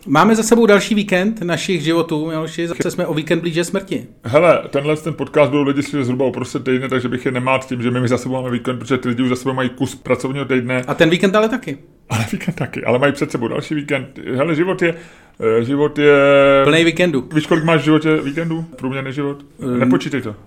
Máme za sebou další víkend našich životů, Miloši, zase jsme o víkend blíže smrti. Hele, ten podcast budou lidi slyšet zhruba uprostřed týdne, takže bych je nemát tím, že my za sebou máme víkend, protože ty lidi už za sebou mají kus pracovního týdne. A ten víkend ale taky. Ale víkend taky, ale mají před sebou další víkend. Hele, život je... Plnej víkendu. Víš, kolik máš v životě víkendů? Průměrný život? Nepočítej to.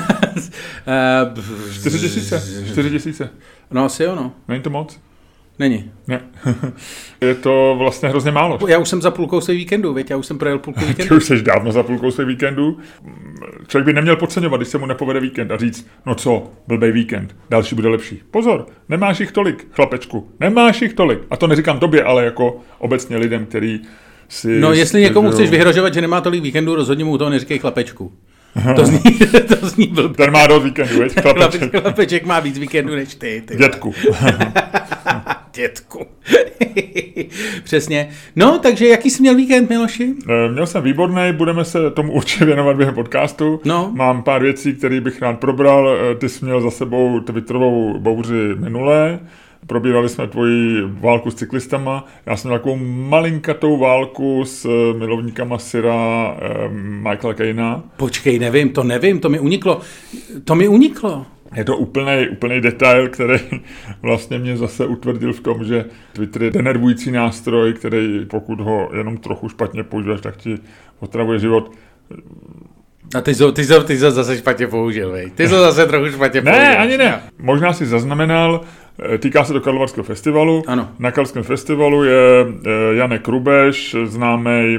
4 000. No asi jo, no. Není to moc? Není. Ne. Je to vlastně hrozně málo. Já už jsem za půlkou svých víkendů, veď? Já už jsem projel půlku víkendu. Ty už jsi dávno za půlkou svých víkendů. Člověk by neměl podceňovat, když se mu nepovede víkend a říct, no co, blbej víkend, další bude lepší. Pozor, nemáš jich tolik, chlapečku, nemáš jich tolik. A to neříkám tobě, ale jako obecně lidem, který si... No, jestli někomu chceš vyhrožovat, že nemá tolik víkendů, rozhodně mu toho neříkej chlapečku. To zní blbě. Ten má dost víkendů, veď? Chlapeček má víc víkendů než ty. Dětku. Dětku. Přesně. No, takže jaký jsi měl víkend, Miloši? Měl jsem výborný, budeme se tomu určitě věnovat během podcastu. No. Mám pár věcí, které bych rád probral. Ty jsi měl za sebou twitterovou bouři minulé. Probírali jsme tvoji válku s cyklistama. Já jsem měl takovou malinkatou válku s milovníkama syra Michaela Caina. Počkej, nevím, to mi uniklo. Je to úplnej detail, který vlastně mě zase utvrdil v tom, že Twitter je denervující nástroj, který pokud ho jenom trochu špatně používáš, tak ti otravuje život. A ty jsi zase špatně použil, vej. Ty jsi zase trochu špatně použil. Ne, ani ne. Možná si zaznamenal, týká se to Karlovarského festivalu. Ano. Na Karlovském festivalu je Janek Rubeš, známý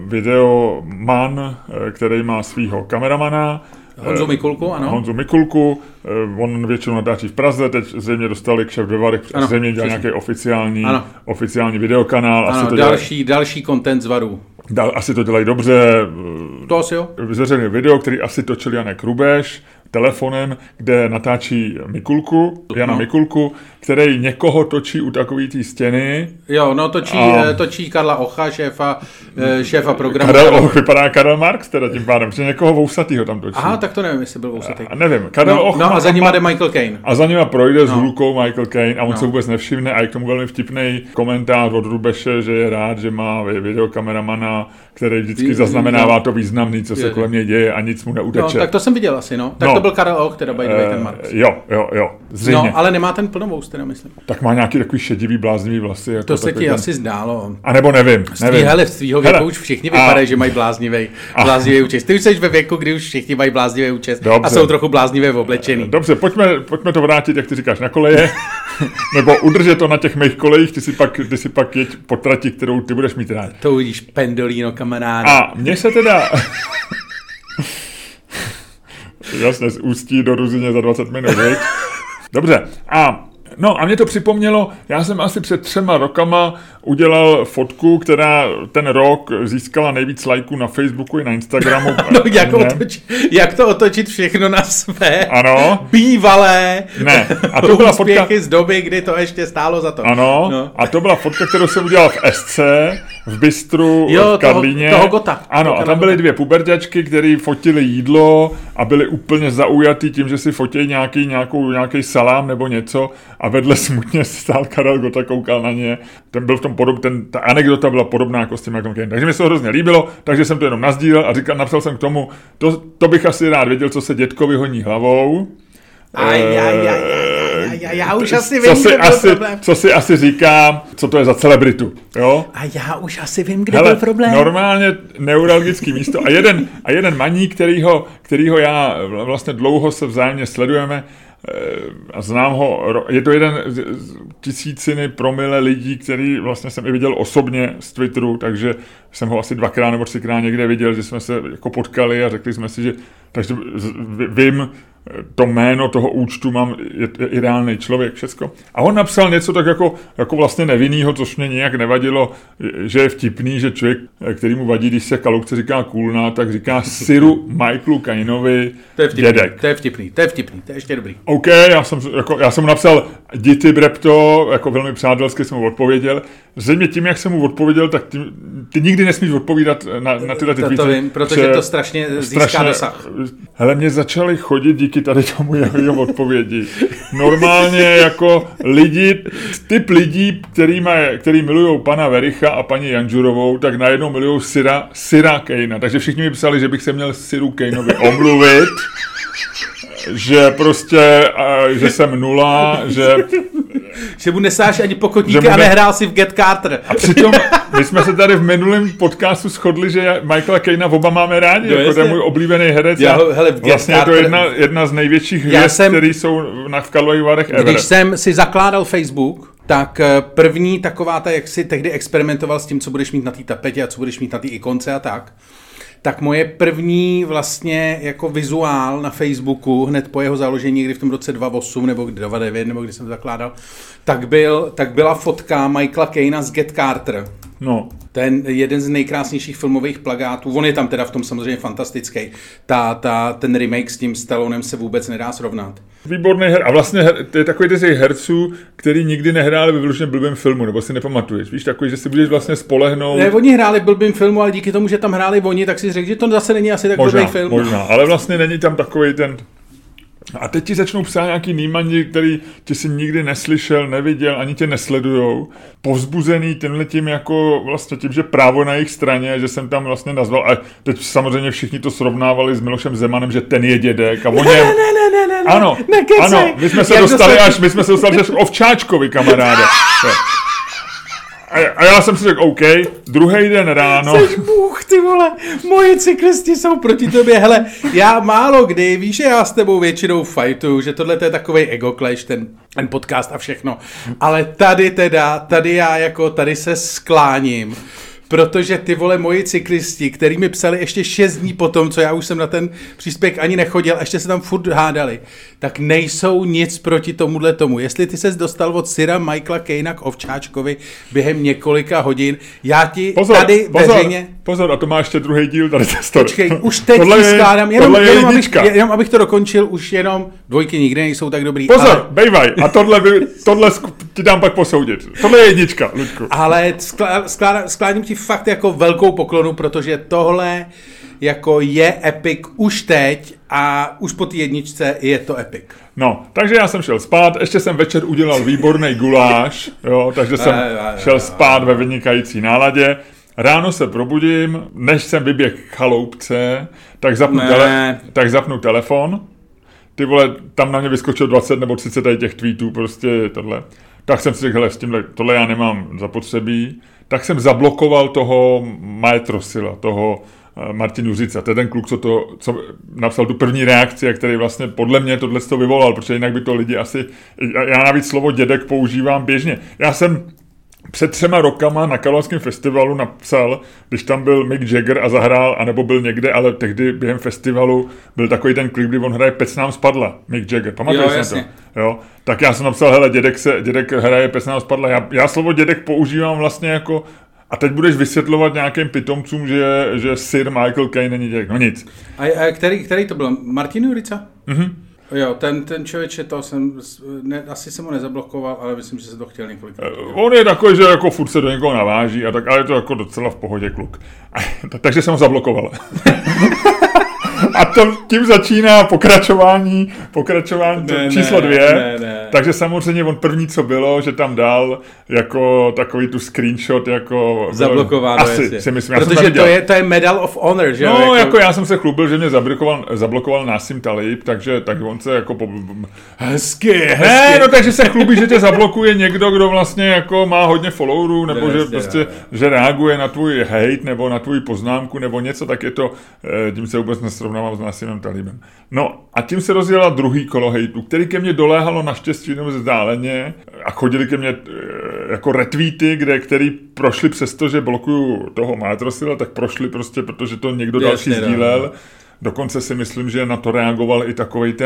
videoman, který má svýho kameramana. Honzu Mikulku, ano. Honzu Mikulku, on většinou natáčí v Praze, teď zřejmě dostali kšeft ve Varech, zřejmě dělá nějaký oficiální videokanál. Ano, další content z Varů. Asi to dělají dobře. To asi jo. Zveřejnil video, který asi točil Janek Rubeš telefonem, kde natáčí Jana Mikulku, který někoho točí u takový té stěny. Jo, no točí Karla Ocha, šéfa programu. Karel Och vypadá Karel Marx teda tím pádem, že někoho vousatýho tam točí. Aha, tak to nevím, jestli byl vousatý. Nevím, Karel Och. No a za ním jde Michael Caine. A za ním projde s hůlkou Michael Caine a on se vůbec nevšimne a je k tomu velmi vtipný komentář od Rubeše, že je rád, že má videokameramana, který vždycky zaznamenává to významný, co se kolem něj děje a nic mu neuteče. No, tak to jsem viděl asi, no. Tak to byl Karel Och, teda by the way ten Marx. Jo, zřejmě. No, ale nemá ten plnovous, teda myslím. Tak má nějaký takový šedivý, bláznivý vlasy. Jako to se ti asi zdálo. A nebo nevím. Z tvýho věku už všichni vypadají, že mají bláznivý účes. Ty už jsi ve věku, kdy už všichni mají bláznivý účes a jsou trochu bláznivě oblečený. Dobře, pojďme to vrátit, jak ty říkáš, na koleje. Nebo udržet to na těch mých kolejích, ty si pak jeď po trati, kterou ty budeš mít rád. To uvidíš, Pendolino, kamaráde. A mně se teda... Jasně, z Ústí do Ruzyně za 20 minut, viď? Dobře, a mě to připomnělo, já jsem asi před 3 rokama udělal fotku, která ten rok získala nejvíc lajků na Facebooku i na Instagramu. No, jak to otočit všechno na své bývalé a to byla fotka z doby, kdy to ještě stálo za to. Ano, no. A to byla fotka, kterou jsem udělal v SC, v Bistru, v Karlíně. Toho Gota. Ano, a tam byly 2 puberťačky, které fotily jídlo a byly úplně zaujatý tím, že si fotí nějaký salám nebo něco a vedle smutně stál Karel Gota, koukal na ně. Ten byl v tom ta anekdota byla podobná jako s tím Michaelem Cainem. Takže mi se to hrozně líbilo, takže jsem to jenom nazdílel a napsal jsem k tomu, to bych asi rád věděl, co se dětkovi honí hlavou. Já už asi vím, co si asi říkám, co to je za celebritu, jo? A já už asi vím, kde byl problém. Normálně neuralgický místo a jeden maník, kterýho já vlastně dlouho se vzájemně sledujeme, a znám ho, je to jeden z tisíciny promile lidí, který vlastně jsem i viděl osobně z Twitteru, takže jsem ho asi 2krát nebo 3krát někde viděl, že jsme se jako potkali a řekli jsme si, že takže vím to jméno toho účtu, je ideální člověk, všecko. A on napsal něco tak jako vlastně nevinnýho, což mě nějak nevadilo, že je vtipný, že člověk, který mu vadí, když se Kaloukce říká kůlna, tak říká syru Michaelu Cainovi dědek. To je vtipný, to je ještě dobrý. OK, já jsem mu napsal Diti Brepto, jako velmi přátelsky jsem mu odpověděl. zřejmě tím, jak jsem mu odpověděl, tak ty nikdy nesmíš odpovídat na tyhle ty tweety. To vím, protože to strašně získá dosah. Hele, mě začaly chodit díky tady tomu jeho odpovědi. Normálně jako typ lidí, který milujou pana Vericha a paní Janžurovou, tak najednou milujou Syra Kejna. Takže všichni mi psali, že bych se měl Syru Kejnovi omluvit, že prostě, že jsem nula, že mu nesáš ani pokotníky a nehrál si v Get Carter. A přitom my jsme se tady v minulém podcastu shodli, že Michaela Caina oba máme rádi, jako to je můj oblíbený herec. Vlastně je to jedna z největších hvězd, který jsou v Karlových Varech ever. Když jsem si zakládal Facebook, tak první taková jak si tehdy experimentoval s tím, co budeš mít na té tapetě a co budeš mít na té ikonce a tak moje první vlastně jako vizuál na Facebooku, hned po jeho založení, někdy v tom roce 2008 nebo 2009, nebo kdy jsem to zakládal, tak byla fotka Michaela Caina z Get Carter. No. Ten jeden z nejkrásnějších filmových plakátů, on je tam teda v tom samozřejmě fantastický. Ten remake s tím Stallonem se vůbec nedá srovnat. Výborný a vlastně to je takový těch herců, který nikdy nehráli ve vyloženě blbém filmu, nebo si nepamatuješ. Víš, takový, že si budeš vlastně spolehnout. Ne, oni hráli v blbém filmu, ale díky tomu, že tam hráli oni, tak si řekl, že to zase není asi tak blbý film. Možná, ale vlastně není tam takový ten. A teď ti začnou psát nějaký nímani, který tě si nikdy neslyšel, neviděl, ani tě nesledujou. Povzbuzený tímhletím jako vlastně tím, že právo na jejich straně, že jsem tam vlastně nazval. A teď samozřejmě všichni to srovnávali s Milošem Zemanem, že ten je dědek. A ne. Ano, my jsme se dostali až k Ovčáčkovi, kamaráde. A já jsem si řekl, OK, druhý den ráno. Jseš bůh, ty vole, moji cyklisti jsou proti tobě, hele, já málo kdy, víš, že já s tebou většinou fajtuju, že tohle je takovej ego clash, ten podcast a všechno, ale tady se skláním, protože ty vole moji cyklisti, který mi psali ještě 6 dní potom, co já už jsem na ten příspěvek ani nechodil, a ještě se tam furt hádali, tak nejsou nic proti tomuhle tomu. Jestli ty ses dostal od Syra Michaela Caina k Ovčáčkovi během několika hodin, já ti tady veřejně... Pozor, a to má ještě druhý díl, tady ta story. Počkej, už teď ti skládám, jenom abych to dokončil, už jenom dvojky nikdy nejsou tak dobrý. Pozor, ale... bejvaj, a tohle ti dám pak posoudit. Tohle je jednička, Luďku. Ale skládím ti fakt jako velkou poklonu, protože tohle jako je epic už teď a už po té jedničce je to epic. No, takže já jsem šel spát, ještě jsem večer udělal výborný guláš, jo, takže jsem šel spát ve vynikající náladě. Ráno se probudím, než jsem vyběhl k chaloupce, tak zapnu telefon. Ty vole, tam na mě vyskočilo 20 nebo 30 tady těch tweetů, prostě tohle. Tak jsem si řekl, hele, s tímhle, tohle já nemám zapotřebí. Tak jsem zablokoval toho Maetrosila, toho Martin Juřica. To je ten kluk, co napsal tu první reakci, a který vlastně podle mě tohle to vyvolal, protože jinak by to lidi asi... Já navíc slovo dědek používám běžně. Já jsem před 3 rokama na Karlovarském festivalu napsal, když tam byl Mick Jagger a zahrál, anebo byl někde, ale tehdy během festivalu byl takový ten klip, kdy on hraje Pec nám spadla, Mick Jagger, pamatuješ si na to? Jo, tak já jsem napsal, hele, dědek hraje Pec nám spadla. Já slovo dědek používám vlastně jako, a teď budeš vysvětlovat nějakým pitomcům, že Sir Michael Caine není dědek, no nic. A který to byl? Martin Jurica? Mhm. Jo, ten člověče, asi jsem ho nezablokoval, ale myslím, že se to chtěl několikrát. On je takový, že jako furt se do někoho naváží, a tak, ale je to jako docela v pohodě kluk. Takže jsem ho zablokoval. A tím začíná pokračování číslo 2. Ne. Takže samozřejmě on první, co bylo, že tam dal jako takový tu screenshot, jako... Zablokováno, asi, si myslím. Protože to je Medal of Honor, že jo? No, jako já jsem se chlubil, že mě zablokoval Nassim Talib, tak on se jako... Hezky. Ne, no takže se chlubí, že tě zablokuje někdo, kdo vlastně jako má hodně followerů, nebo že prostě, že reaguje na tvůj hate, nebo na tvůj poznámku, nebo něco, tak je to, tím se vůbec nesrovnávám s Nassimem Talibem. No a tím se rozjela druhý kolo hejtu, který ke mně doléhalo naštěstí jenom vzdáleně a chodili ke mně jako retweety, který prošli přesto, že blokuju toho Maetrosila, tak prošli prostě, protože to někdo další sdílel. Dokonce si myslím, že na to reagoval i takovej ten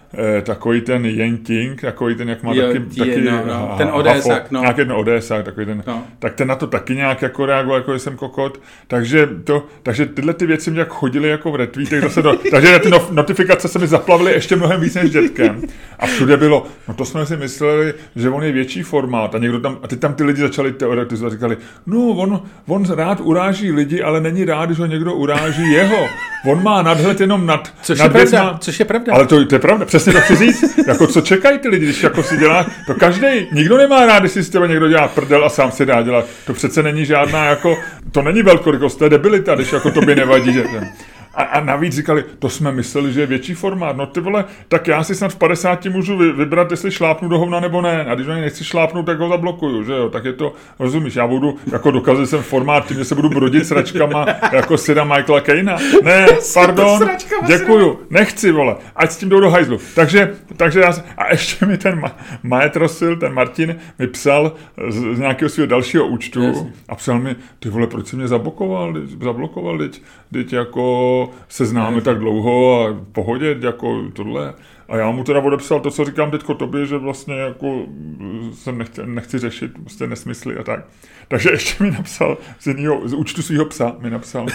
takový ten Yenting, takový ten, jak má ten odésák, no. Nějaký ten odésák, takový ten, tak ten na to taky nějak jako reagoval, jako jsem kokot, takže tyhle ty věci mě jak chodily jako v retweetech, takže ty notifikace se mi zaplavily ještě mnohem víc než dětkem. A všude bylo, no to jsme si mysleli, že on je větší formát a teď tam ty lidi začali teoretizovat, říkali, no on rád uráží lidi, ale není rád, že ho někdo uráží jeho. On má nadhled jenom nad věcma. Což je pravda. Ale to je pravda, přesně to chci říct. Jako co čekají ty lidi, když jako si dělá, to každej, nikdo nemá rád, když si z tebe někdo dělá prdel a sám si dá dělat. To přece není žádná jako, to není velkorykost, to je debilita, když jako tobě nevadí, že a navíc říkali, to jsme mysleli, že je větší formát. No ty vole, tak já si snad v 50 můžu vybrat, jestli šlápnu do hovna nebo ne. A když na něj nechci šlápnout, tak ho zablokuju, že jo? Tak je to, rozumíš, já budu, jako dokazil jsem formát tím, že se budu brodit sračkama jako syna Michaela Caina. Ne, pardon, děkuju, nechci, vole, ať s tím jdou do hajzlu. Takže a ještě mi ten Maetrosil, ten Martin, mi psal z nějakého svého dalšího účtu a psal mi, ty vole, proč jsi mě zablokoval, teď jako se známe tak dlouho a v pohodě, jako tohle. A já mu teda odepsal to, co říkám teďko tobě, že vlastně jako se nechci řešit prostě nesmysly a tak. Takže ještě mi napsal z účtu svého psa mi napsal.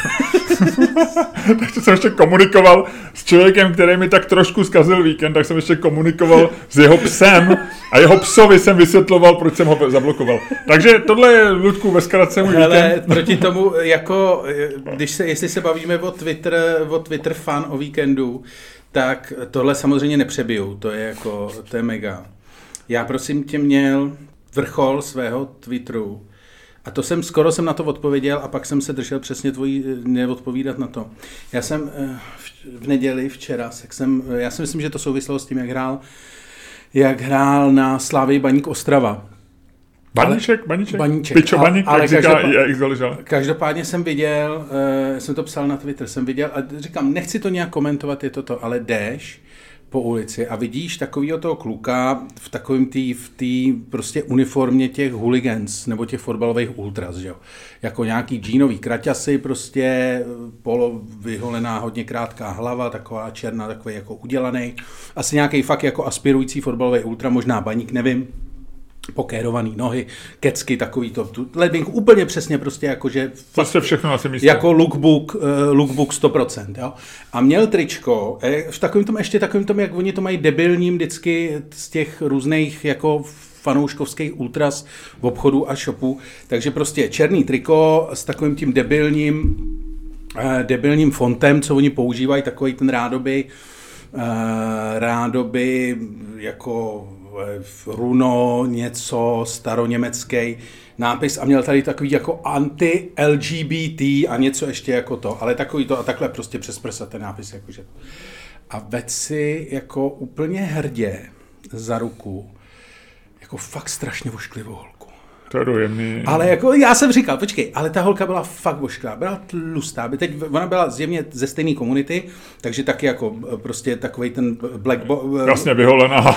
Takže jsem ještě komunikoval s člověkem, který mi tak trošku zkazil víkend, tak jsem ještě komunikoval s jeho psem a jeho psovi jsem vysvětloval, proč jsem ho zablokoval. Takže tohle je, Ludku, ve zkratce můj víkend. Ale proti tomu, jako, jestli se bavíme o Twitter fan o víkendu, tak tohle samozřejmě nepřebijou, to je mega. Já prosím tě měl vrchol svého Twitteru a to skoro jsem na to odpověděl a pak jsem se držel přesně neodpovídat na to. Já jsem v neděli včera, já si myslím, že to souviselo s tím, jak hrál na Slavii Baník Ostrava. Baníček. Pičo Baník, ale jak říká X-Doližal. Každopádně jsem viděl, jsem to psal na Twitter, jsem viděl a říkám, nechci to nějak komentovat, je to, ale jdeš po ulici a vidíš takovýho toho kluka v takovým v prostě uniformě těch hooligans nebo těch fotbalových ultras, že jo. Jako nějaký džínový kraťasy, prostě polo vyholená, hodně krátká hlava, taková černá, takový jako udělaný. Asi nějaký fakt jako aspirující fotbalový ultra, možná Baník, nevím. Pokérovaný nohy, kecky, takový to, ledvink úplně přesně prostě jakože... Prostě všechno na si myslí. Jako lookbook 100%, jo. A měl tričko, v takovým tom, jak oni to mají debilním vždycky z těch různých jako fanouškovských ultras v obchodu a shopu, takže prostě černý triko s takovým tím debilním fontem, co oni používají, takový ten rádoby jako runo, něco staroněmecký nápis a měl tady takový jako anti-LGBT a něco ještě jako to, ale takový to a takhle prostě přes prsa ten nápis jakože. A vedl si jako úplně hrdě za ruku jako fakt strašně ošklivou holku. To je dojemný. Ale jako já jsem říkal, počkej, ale ta holka byla fakt ošklivá, byla tlustá. Teď ona byla zjevně ze stejné komunity, takže taky jako prostě takovej ten black vlastně vyholená.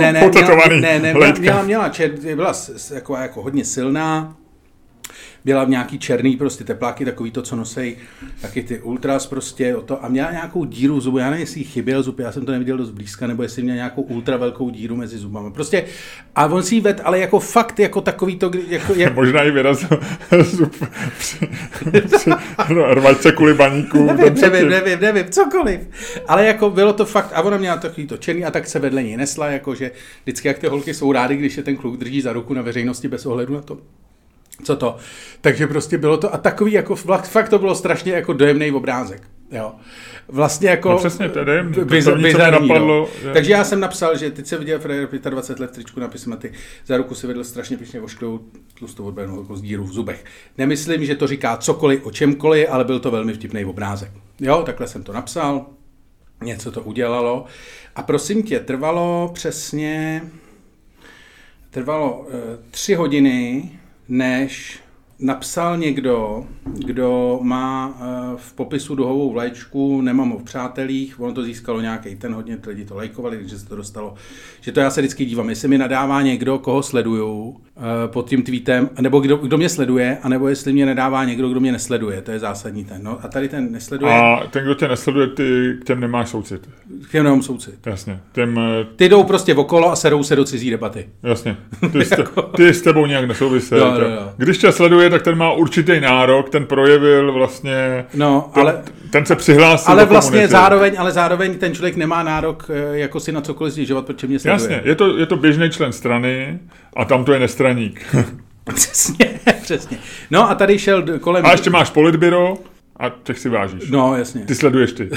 Byla jako hodně silná. Byla v nějaký černý prostě tepláky, takový to, co nosej taky ty ultras prostě a měla nějakou díru v zubu, já nevím, jestli jí chyběl zub, já jsem to neviděl dost blízka, nebo jestli měla nějakou ultra velkou díru mezi zubama. Prostě a on si jí ved, ale jako fakt, jako takový to, jako možná i vyrazil zub při rvačce kvůli Baníku. Nevím, cokoliv. Ale jako bylo to fakt, a ona měla takový to černý a tak se vedle ní nesla, jakože vždycky, jak ty holky jsou rády, když je ten kluk drží za ruku na veřejnosti bez ohledu na to. Co to? Takže prostě bylo to a takový jako fakt to bylo strašně jako dojemný obrázek. Jo. Vlastně jako no přesně, to je dojemný. Bizarní, napadlo, že... Takže já jsem napsal, že teď se viděl Frér 25 let v tričku napisem a ty za ruku si vedl strašně pěkně ošklivou tlustou odbernou jako z díru v zubech. Nemyslím, že to říká cokoliv o čemkoliv, ale byl to velmi vtipný obrázek. Jo, takhle jsem to napsal, něco to udělalo a prosím tě, trvalo 3 hodiny, než napsal někdo, kdo má v popisu duhovou vlaječku, nemám ho v přátelích, ono to získalo nějaký ten, hodně lidi to lajkovali, takže se to dostalo, že to já se vždycky dívám, jestli mi nadává někdo, koho sleduju pod tím tweetem, nebo kdo mě sleduje, anebo jestli mě nedává někdo, kdo mě nesleduje, to je zásadní ten. No a tady ten nesleduje. A ten, kdo tě nesleduje, ty k těm nemáš soucit. K těm nemám soucit. Jasně. Ty jdou prostě okolo a sedou se do cizí debaty. Jasně. Ty s tebou nějak nesouvisejí. No. Když tě sleduje, tak ten má určitý nárok, ten projevil vlastně, ten se přihlásil ale do vlastně zároveň ten člověk nemá nárok jako si na cokoliv stěžovat, protože mě sleduje. Jasně, je to běžný člen strany a tam to je nestraník. Přesně. No a tady šel kolem... A ještě máš politbyro a těch si vážíš. No, jasně. Ty sleduješ ty.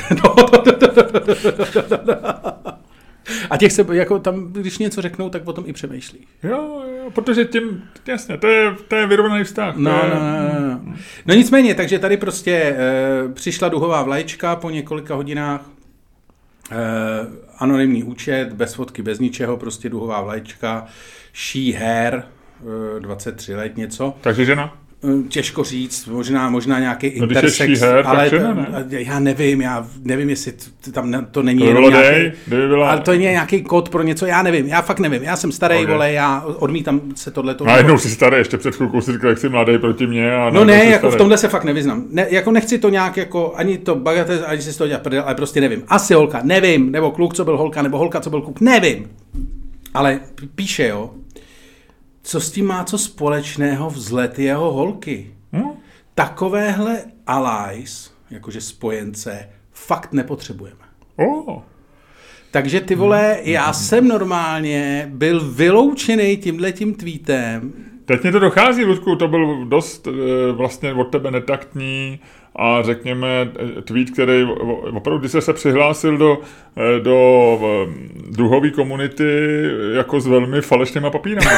A těch se, jako tam, když něco řeknou, tak potom i přemýšlí. Jo, protože tím, jasně, to je vyrovnaný vztah. No nicméně, takže tady prostě přišla duhová vlaječka po několika hodinách, anonymní účet, bez fotky, bez ničeho, prostě duhová vlaječka, she, her, 23 let něco. Takže žena? Těžko říct, možná nějaký intersex, ale já nevím, jestli tam to není jenom nějaký, ale to je nějaký kód pro něco, já nevím, já fakt nevím, já jsem starý, vole, já odmítám se tohleto. No a jednou jsi starý, ještě před chvilkou si říkal, jak jsi mladý proti mně. A no ne, jako v tomhle se fakt nevyznám, jako nechci to nějak jako, ani to bagatel, ani si to dělat prdel, ale prostě nevím, asi holka, nevím, nebo kluk, co byl holka, nebo holka, co byl kluk, nevím, ale píše, jo, co s tím má co společného vzhled jeho holky? Takovéhle allies, jakože spojence, fakt nepotřebujeme. Takže ty vole, já jsem normálně byl vyloučený tímhletím tweetem. Teď mě to dochází, Ludku, to byl dost vlastně od tebe netaktní a řekněme tweet, který opravdu, když se přihlásil do druhové komunity jako s velmi falešnýma papírama.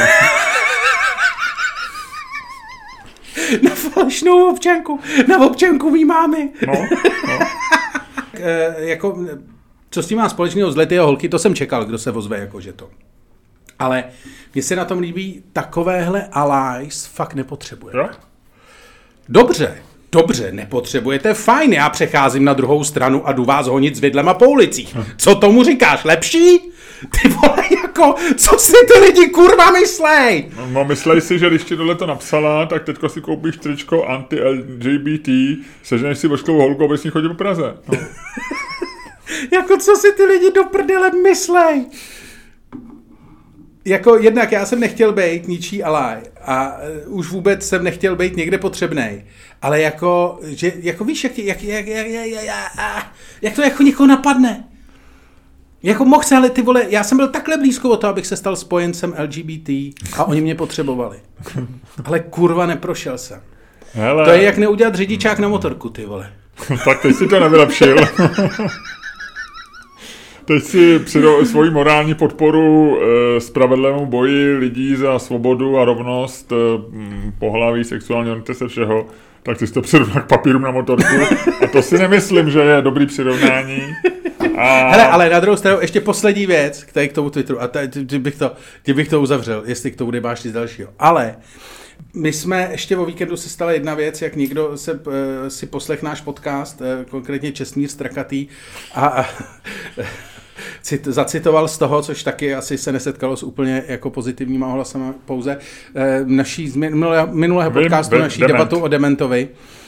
Na falešnou občanku, na občanku mý mámy. No. Jako, co s tím má společného vzhled jeho holky, to jsem čekal, kdo se ozve, jakože to. Ale mně se na tom líbí, takovéhle allies fakt nepotřebujeme. Dobře, nepotřebujete, fajn, já přecházím na druhou stranu a jdu vás honit s vidlema po ulicích. Co tomu říkáš, lepší? Ty vole, jako, co si ty lidi kurva myslej? No myslej si, že když ti tohle to napsala, tak teďko si koupíš tričko anti-LGBT, seženeš si ošklou holku, abys s ní chodil po Praze. No. Jako, co si ty lidi do prdele myslej? Jako, jednak já jsem nechtěl být ničí ally a už vůbec jsem nechtěl být někde potřebnej. Ale jako, že, jako víš, jak to jako někoho napadne? Jako mohl se, ale ty vole, já jsem byl takhle blízko o to, abych se stal spojencem LGBT a oni mě potřebovali. Ale kurva neprošel jsem. Hele. To je jak neudělat řidičák na motorku, ty vole. Tak teď si to nevylepšil. Teď si přidal svoji morální podporu spravedlivému boji lidí za svobodu a rovnost, pohlaví, sexuální orientace, všeho, tak ty jsi to přirovnal k papírům na motorku. A to si nemyslím, že je dobrý přirovnání. Hele, ale na druhou stranu ještě poslední věc k tomu Twitteru, a bych to uzavřel, jestli k tomu nemáš nic dalšího. Ale my jsme ještě o víkendu se stala jedna věc, jak někdo si poslech náš podcast, konkrétně Čestmír Strakatý, a zacitoval z toho, což taky asi se nesetkalo s úplně jako pozitivníma ohlasama pouze, naší minulého podcastu, naší debatu o Dementovi.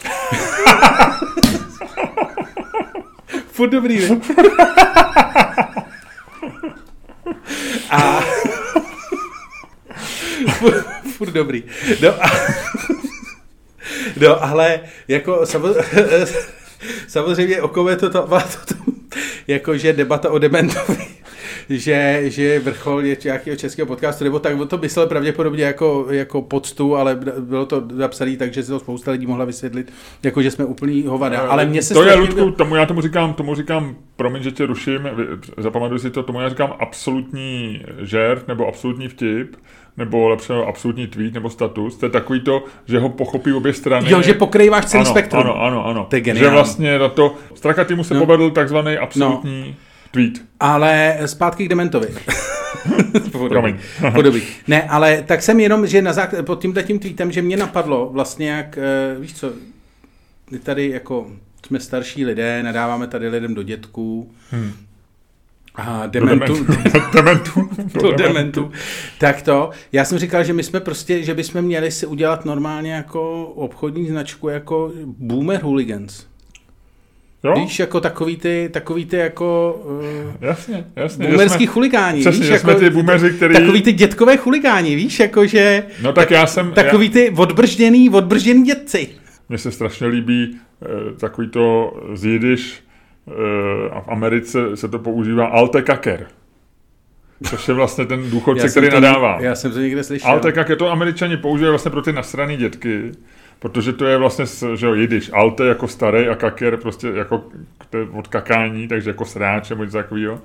Furt dobrý, ne? A furt dobrý. No, ale jako samozřejmě okolo to jakože debata o Dementovi, že vrchol nějakého českého podcastu, nebo tak to myslel pravděpodobně jako poctu, ale bylo to napsané tak, že si to spousta lidí mohla vysvětlit, jakože jsme úplný hovada. Ale mně se to je, Ludku, já tomu říkám, promiň, že tě ruším, zapamatuj si to, tomu já říkám absolutní žert, nebo absolutní vtip, nebo lepší absolutní tweet nebo status, to je takový to, že ho pochopí obě strany. Jo, že pokrýváš celý spektrum. Ano. To je geniální. Že vlastně na to Strakatýmu se povedl takzvaný absolutní tweet. Ale zpátky k Dementovi. Podobný. Ne, ale tak jsem jenom, že pod tímhletím tweetem, že mě napadlo vlastně jak, víš co, tady jako jsme starší lidé, nadáváme tady lidem do dětků, a dementu. Tak to. Já jsem říkal, že my jsme prostě, že bychom měli si udělat normálně jako obchodní značku jako Boomer Hooligans. Jo? Víš, jako takový ty jako jasně, boomerský chuligáni. Přesně, víš, že jsme jako, ty boomeři, který... Takový ty dětkové chuligáni, víš, jakože... No tak já jsem... Takový ty odbržděný dětci. Mně se strašně líbí takový to z Jidiš, a v Americe se to používá alte kaker. Což je vlastně ten důchodce, který nadává. Já jsem to někde slyšel. Alte kaker, to Američani používají vlastně pro ty nasraný dětky, protože to je vlastně, že jo, Jidiš, alte jako starý a kaker prostě jako od kakání, takže jako sráč nebo něco takového.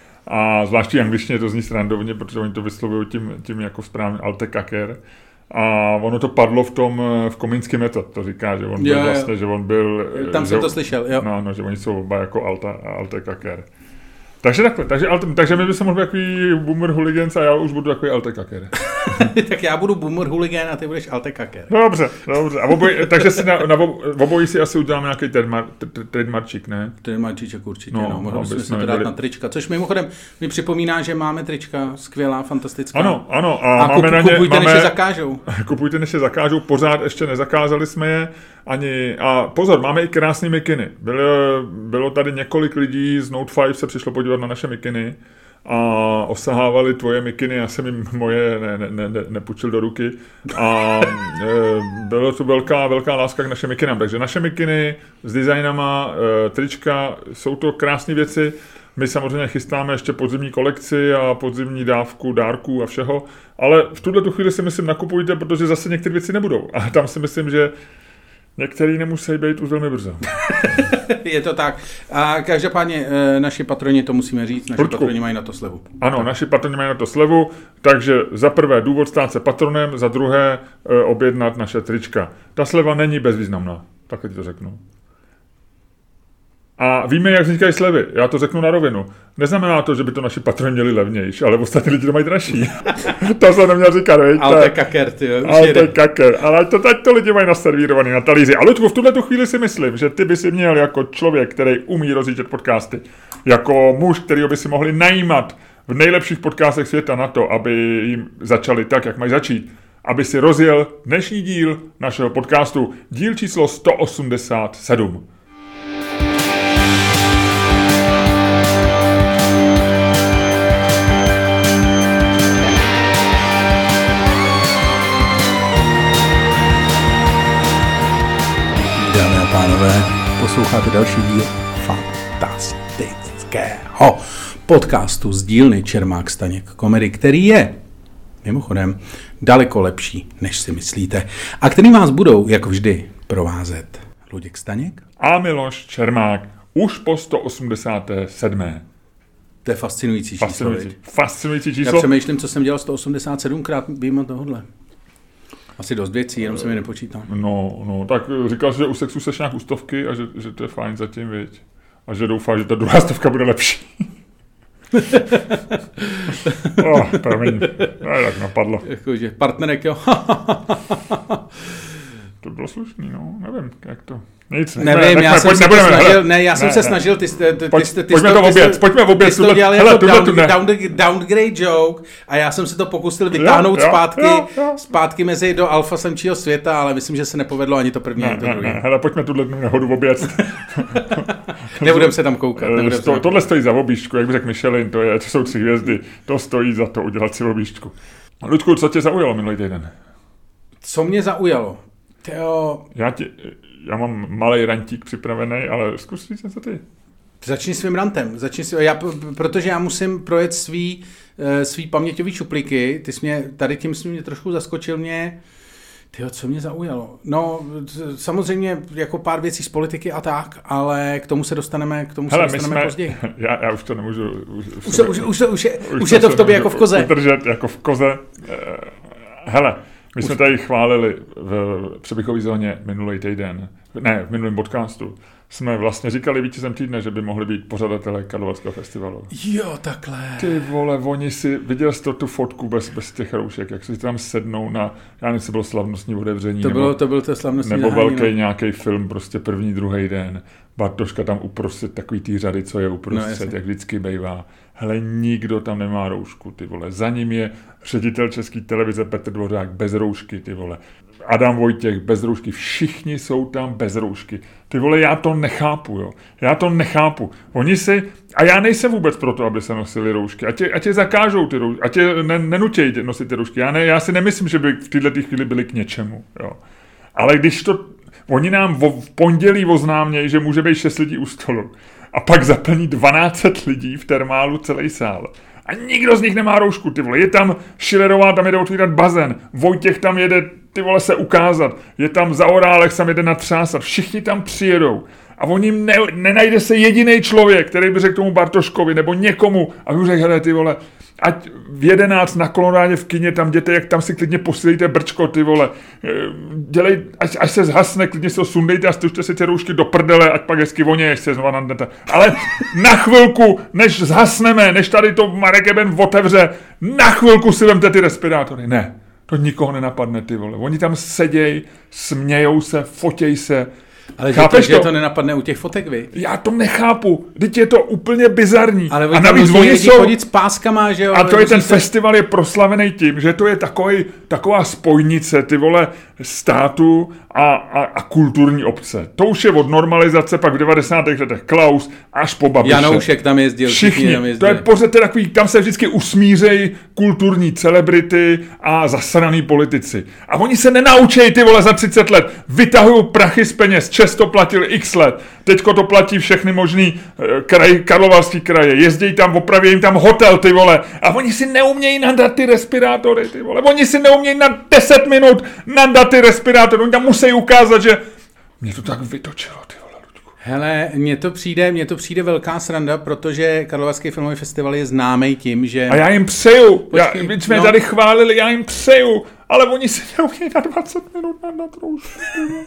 A zvláště angličtině to zní srandovně, protože oni to vyslovují tím jako správně alte kaker. A ono to padlo v Komínský metod, to říká, že on byl vlastně, že on byl... Tam jsem to slyšel, jo. No, že oni jsou oba jako alte kaker. Takže takhle, takže my bychom mohli být takový Boomer Hooligans a já už budu takový alte kaker. Tak já budu Boomer Hooligan a ty budeš alte kaker. Dobře. A takže si na obojí si asi uděláme nějaký trademarčík, ne? Trademarčík určitě, no jsme si to dát na trička, což mimochodem mi připomíná, že máme trička skvělá, fantastická. Ano. A máme na ně... Kupujte, než je zakážou. Kupujte, než je zakážou, pořád ještě nezakázali jsme je ani... A pozor, máme i krásný mikiny. Bylo tady několik lidí z Note 5 se přišlo podívat na naše mikiny a osahávali tvoje mikiny, já jsem jim moje nepůjčil do ruky a bylo to velká láska k našim mikinám, takže naše mikiny s designama, trička, jsou to krásné věci, my samozřejmě chystáme ještě podzimní kolekci a podzimní dávku dárků a všeho, ale v tuto chvíli si myslím nakupujte, protože zase některé věci nebudou a tam si myslím, že některý nemusí být už velmi brzo. Je to tak. A každopádně naši patroni, to musíme říct, naši patroni mají na to slevu. Ano, naši patroni mají na to slevu, takže za prvé důvod stát se patronem, za druhé objednat naše trička. Ta sleva není bezvýznamná, takhle ti to řeknu. A víme, jak vznikají slevy. Já to řeknu na rovinu. Neznamená to, že by to naši patroni měli levnější, ale ostatní lidi to mají dražší. To jsem neměl říkat, veď? Alte kaker, ty jo. Alte kaker, ale to lidi mají naservírovaný na talíři. A Luďku, v tuhle chvíli si myslím, že ty by si měl jako člověk, který umí rozjíždět podcasty, jako muž, kterýho by si mohli najímat v nejlepších podcastech světa na to, aby jim začali tak, jak mají začít, aby si rozjel dnešní díl našeho podcastu, díl číslo 187. Pánové, posloucháte další díl fantastického podcastu z dílny Čermák Staněk Komedy, který je, mimochodem, daleko lepší, než si myslíte, a který vás budou, jako vždy, provázet Luděk Staněk a Miloš Čermák, už po 187. To je fascinující číslo. Fascinující číslo. Já přemýšlím, co jsem dělal 187krát mimo tohohle. Asi dost věcí, jenom jsem je nepočítal. No, tak říkal jsi, že u sexu seš nějak u stovky a že to je fajn zatím, viď? A že doufám, že ta druhá stovka bude lepší. Promiň, tak napadlo. Jakože partnerek, jo. To bylo slušný, no, nevím, jak to... Nic, nevím, já jsem se snažil, pojďme v oběd. Ty jsi to dělal jako downgrade joke a já jsem se to pokusil vytáhnout zpátky mezi do alfa samčího světa, ale myslím, že se nepovedlo ani to první, ani to druhé. Hele, pojďme tuhle nehodu v oběd. Nebudem se tam koukat. Tohle stojí za objížďku, jak by řekl Michelin, to jsou 3 hvězdy, to stojí za to udělat si objížďku. Luďku, co tě zaujalo minulý týden? Co mě zaujalo? Já mám malej rantík připravený, ale zkus říct něco ty. Začni svým rantem. Protože já musím projet svý paměťový šuplíky. Ty jsi mě tady tím jsi mě trošku zaskočil mě. Co mě zaujalo? No, samozřejmě jako pár věcí z politiky a tak, ale k tomu se dostaneme později. Já už to nemůžu... Už je to v tobě jako v koze. Udržet jako v koze. Hele, my jsme tady chválili v přebychové zóně minulý týden v minulém podcastu, jsme vlastně říkali vítězem týdne, že by mohli být pořadatelé Karlovarského festivalu. Jo, takhle. Ty vole, oni si, viděl jsi tu fotku bez těch roušek, jak si tam sednou na, já nevím, jestli bylo slavnostní otevření, to byl to slavnostní nebo zahání, velký nějaký film, prostě první, druhý den. Bartoška tam uprostřed takový tý řady, co je uprostřed, jak vždycky bejvá. Hele, nikdo tam nemá roušku, ty vole. Za ním je ředitel České televize Petr Dvořák bez roušky, ty vole. Adam Vojtěch bez roušky, všichni jsou tam bez roušky. Ty vole, já to nechápu, jo. Já to nechápu. Oni si, a já nejsem vůbec proto, aby se nosili roušky. Ať je zakážou ty roušky, ať je nenutějí nosit ty roušky. Já si nemyslím, že by v této chvíli byli k něčemu, jo. Ale když to, oni nám v pondělí oznámějí, že může být 6 lidí u stolu a pak zaplní 12 lidí v termálu celý sál. A nikdo z nich nemá roušku, ty vole. Je tam Schillerová, tam jede otvírat bazén. Vojtěch tam jede, ty vole, se ukázat. Je tam Zaorálek, tam jede natřásat. Všichni tam přijedou. A oni nenajde se jediný člověk, který by řekl tomu Bartoškovi nebo někomu, a by řekl, hele, ty vole, ať v 11 na Kolorádě v kině tam jděte, jak tam si klidně posílejte brčko, ty vole. Dělej, až se zhasne, klidně se ho sundejte a stužte si ty roušky do prdele, ať pak hezky voně, až se znova nandete. Ale na chvilku, než zhasneme, než tady to Marek Eben otevře, na chvilku si vemte ty respirátory. Ne, to nikoho nenapadne, ty vole. Oni tam seděj, smějou se, fotěj se. Ale že to nenapadne u těch fotek, vy? Já to nechápu. Teď je to úplně bizarní. Ale a navíc oni jsou chodit s páskama, že jo? A to je ten festival je proslavený tím, že to je taková spojnice, ty vole, státu a kulturní obce. To už je od normalizace, pak v 90. letech Klaus až po Babiše. Janoušek tam jezdil. Všichni tam jezdili. To je pořád takový, tam se vždycky usmířejí kulturní celebrity a zasraný politici. A oni se nenaučejí, ty vole, za 30 let. Vytahují prachy z peněz. Čes to platil x let. Teďko to platí všechny možný karlovarský kraje. Jezdí tam, opraví jim tam hotel, ty vole. A oni si neumějí nadat ty respirátory, ty vole. Oni si neumějí na 10 minut nadat ty respirátory. Oni tam musí ukázat, že mě to tak vytočilo, ty vole, Luďku. Hele, mně to přijde velká sranda, protože Karlovarský filmový festival je známý tím, že... A já jim přeju, my jsme tady chválili, já jim přeju, ale oni si neumějí na 20 minut nadat roušku.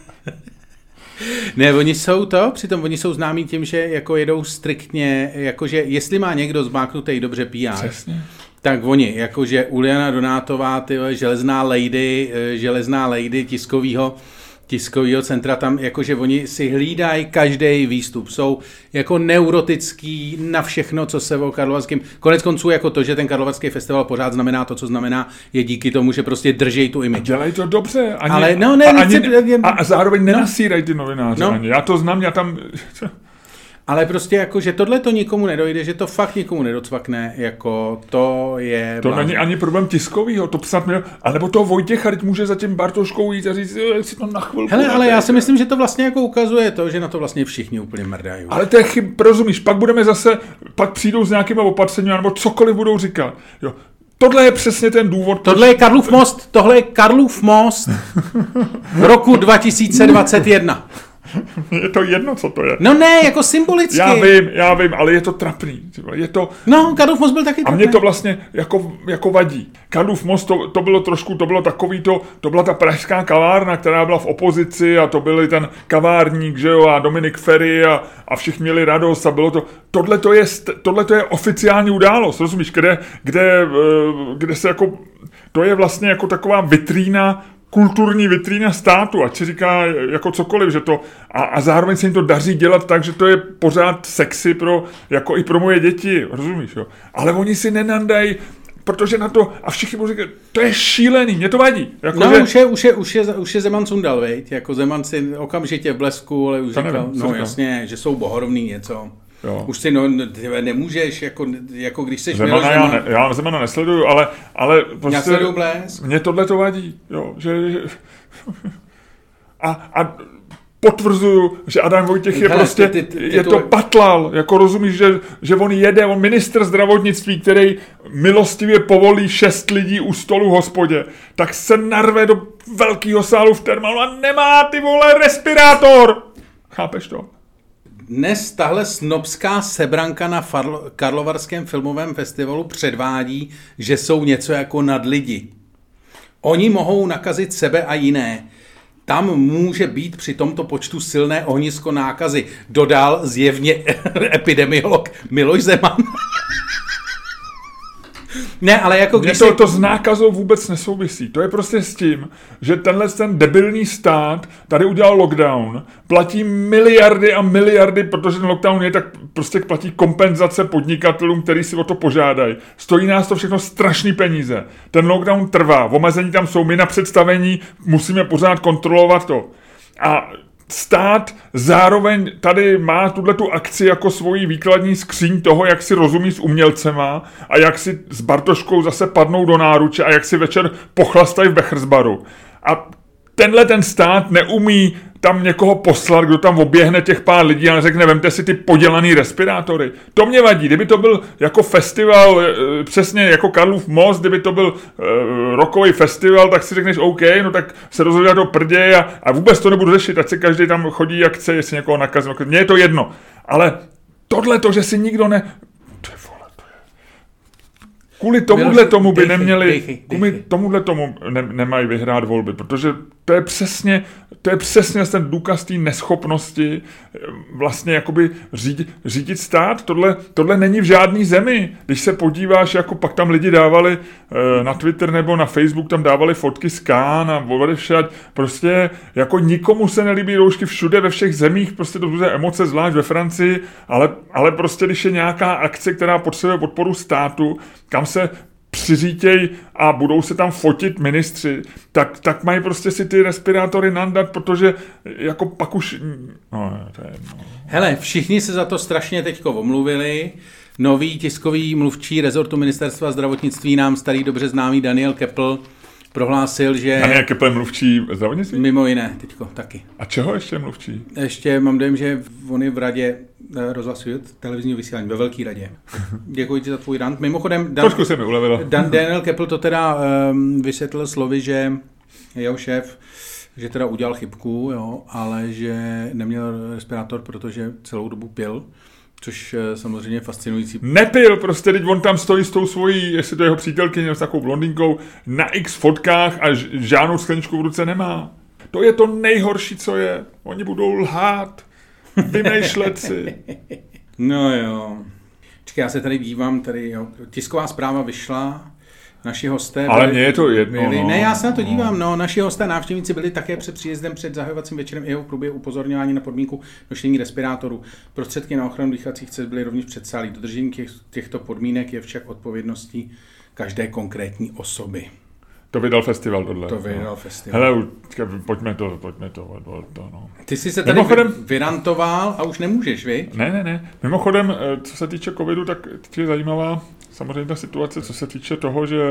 Ne, přitom oni jsou známí tím, že jako jedou striktně, jakože jestli má někdo zmáknutý dobře PR, přesně. Tak oni, jakože Uliana Donátová, železná lady tiskovýho centra, tam jakože oni si hlídají každý výstup, jsou jako neurotický na všechno, co se o karlovarském, konec konců jako to, že ten karlovarský festival pořád znamená to, co znamená, je díky tomu, že prostě držej tu image. Dělají to dobře. A zároveň nenasírají ty novináře. No. Já to znám, já tam... Ale prostě jako, že tohle to nikomu nedojde, že to fakt nikomu nedocvakne, jako to je... To není ani problém tiskovýho, to psat měl, anebo toho Vojtěcha, teď může za tím Bartoškou jít a říct, si to na chvilku... Hele, ale já si myslím, že to vlastně jako ukazuje to, že na to vlastně všichni úplně mrdají. Ale to je rozumíš, pak přijdou s nějakýma opatřeními, nebo cokoliv budou říkat, jo. Tohle je přesně ten důvod. Tohle je Karlův most roku 2021. Je to jedno, co to je. No ne, jako symbolicky. Já vím, ale je to trapný. Je to... No, Karlův most byl taky trapný. A mě to vlastně jako vadí. Karlův most, to bylo trošku, to byla ta pražská kavárna, která byla v opozici a to byl ten kavárník, že jo, a Dominik Ferry a všichni měli radost a bylo to... Tohle to je oficiální událost, rozumíš, kde se jako... To je vlastně jako taková vitrína, kulturní vitrína státu, ať si říká jako cokoliv, že to a zároveň se jim to daří dělat tak, že to je pořád sexy jako i pro moje děti, rozumíš, jo? Ale oni si nenandají, protože na to, a všichni budou říkat, to je šílený, mě to vadí. Jako, no, že... už je Zeman sundal, vejď, jako Zeman si okamžitě v blesku, ale už říkal, no jasně, že jsou bohorovný něco. Jo. Už si nemůžeš, jako když seš Zemana, já Zemana nesleduju, ale prostě já sleduju Blesk. Mě tohle to vadí, jo, že a potvrzuju, že Adam Vojtěch je prostě, je to patlal, jako rozumíš, že on jede, on ministr zdravotnictví, který milostivě povolí 6 lidí u stolu v hospodě, tak se narve do velkého sálu v termálu a nemá, ty vole, respirátor. Chápeš to? Dnes tahle snobská sebranka na Karlovarském filmovém festivalu předvádí, že jsou něco jako nadlidi. Oni mohou nakazit sebe a jiné. tam může být při tomto počtu silné ohnisko nákazy. Dodal zjevně epidemiolog Miloš Zeman. Ne, ale jako když to s nákazou vůbec nesouvisí. To je prostě s tím, že ten debilní stát tady udělal lockdown, platí miliardy a miliardy, protože ten lockdown je, tak prostě platí kompenzace podnikatelům, kteří si o to požádají. Stojí nás to všechno strašný peníze. Ten lockdown trvá, omezení tam jsou, my na představení musíme pořád kontrolovat to. A stát zároveň tady má tu akci jako svoji výkladní skříň toho, jak si rozumí s umělcema a jak si s Bartoškou zase padnou do náruče a jak si večer pochlastají v Bechersbaru. A ten stát neumí tam někoho poslat, kdo tam oběhne těch pár lidí a neřekne, vemte si ty podělaný respirátory. To mě vadí, kdyby to byl jako festival, přesně jako Karlův most, kdyby to byl rockový festival, tak si řekneš OK, no tak se rozhoduje do prdě a vůbec to nebudu řešit, ať se každý tam chodí jak chce, jestli někoho nakazí. Mně je to jedno. Ale tohle to, že si nikdo kvůli tomuhle tomu by neměli, kvůli tomuhle tomu nemají vyhrát volby, protože to je přesně ten důkaz té neschopnosti vlastně jakoby řídit stát. Tohle není v žádný zemi. Když se podíváš, jako pak tam lidi dávali na Twitter nebo na Facebook, tam dávali fotky z Cannes a všad. Prostě jako nikomu se nelíbí roušky všude, ve všech zemích, prostě to bude emoce, zvlášť ve Francii, ale prostě když je nějaká akce, která potřebuje podporu státu, kam se přiřítěj a budou se tam fotit ministři, tak mají prostě si ty respirátory nandat, protože jako pak už... No, to je jedno. Hele, všichni se za to strašně teďko omluvili. Nový tiskový mluvčí rezortu ministerstva zdravotnictví nám starý dobře známý Daniel Köppl prohlásil, že... Daniel Köppl je mluvčí zdravotnictví? Mimo jiné, teďko taky. A čeho ještě mluvčí? Ještě mám dojem, že on je v radě rozhlasu televizního vysílání, ve velký radě. Děkuji ti za tvůj rant. Mimochodem, trošku se mi ulevilo. Daniel Köppl to teda vysvětlil slovy, že jeho šéf, že teda udělal chybku, jo, ale že neměl respirátor, protože celou dobu pil. Což samozřejmě je fascinující. Nepil, prostě, teď on tam stojí s tou svojí, jestli to jeho přítelkyně s takovou blondinkou, na x fotkách a žádnou skleničku v ruce nemá. To je to nejhorší, co je. Oni budou lhát, vymýšlet si. No jo. Čekaj, já se tady dívám, jo. Tisková zpráva vyšla, naši hosté... Ale mně je to jedno. Ne, já se na to dívám, no. Naši hosté návštěvníci byli také před příjezdem před zahajovacím večerem i jeho průběhu upozorňování na podmínku nošení respirátorů. Prostředky na ochranu dýchacích cest byly rovněž předsálí. Dodržení těchto podmínek je však odpovědností každé konkrétní osoby. To vydal festival tohle. To vydal festival. Hele, pojďme to, no. Ty jsi se tady vyrantoval a už nemůžeš, viď? Ne. Mimochodem, co se týče covidu, tak je zajímavá samozřejmě ta situace, co se týče toho, že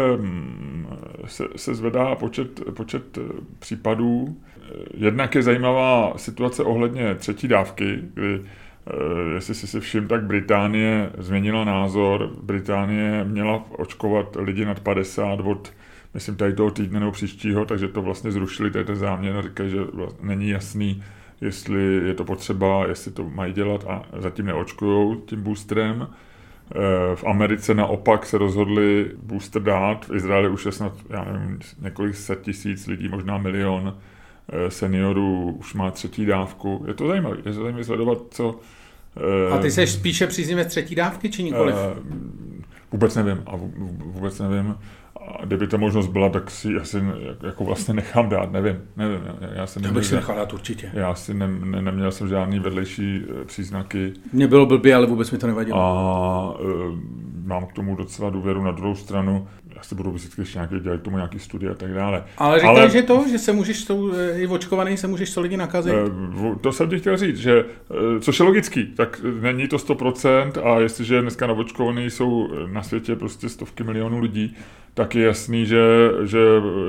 se zvedá počet případů. Jednak je zajímavá situace ohledně třetí dávky, kdy jestli jsi si všiml, tak Británie změnila názor. Británie měla očkovat lidi nad 50 od myslím tady toho týdne nebo příštího, takže to vlastně zrušili, to je ten záměr a říkají, že vlastně není jasný, jestli je to potřeba, jestli to mají dělat a zatím neočkujou tím boosterem. V Americe naopak se rozhodli booster dát, v Izraeli už je snad, já nevím, několik set tisíc lidí, možná milion seniorů už má třetí dávku. Je to zajímavé sledovat, co... A ty seš spíše příznivec třetí dávky, či nikoliv? Vůbec nevím. A kdyby ta možnost byla, tak si asi jako vlastně nechám dát, nevím. To bych si nechal dát určitě. Já si neměl jsem žádný vedlejší příznaky. Mně bylo blbě, ale vůbec mi to nevadilo. A mám k tomu docela důvěru na druhou stranu. Já si budu vysvětlit, ještě dělat k tomu nějaký studie a tak dále. Ale říkáš, že se můžeš, i očkovaný se můžeš solidně nakazit? To jsem ti chtěl říct, že což je logický, tak není to 100% a jestliže dneska naočkovaný jsou na světě prostě stovky milionů lidí, tak je jasný, že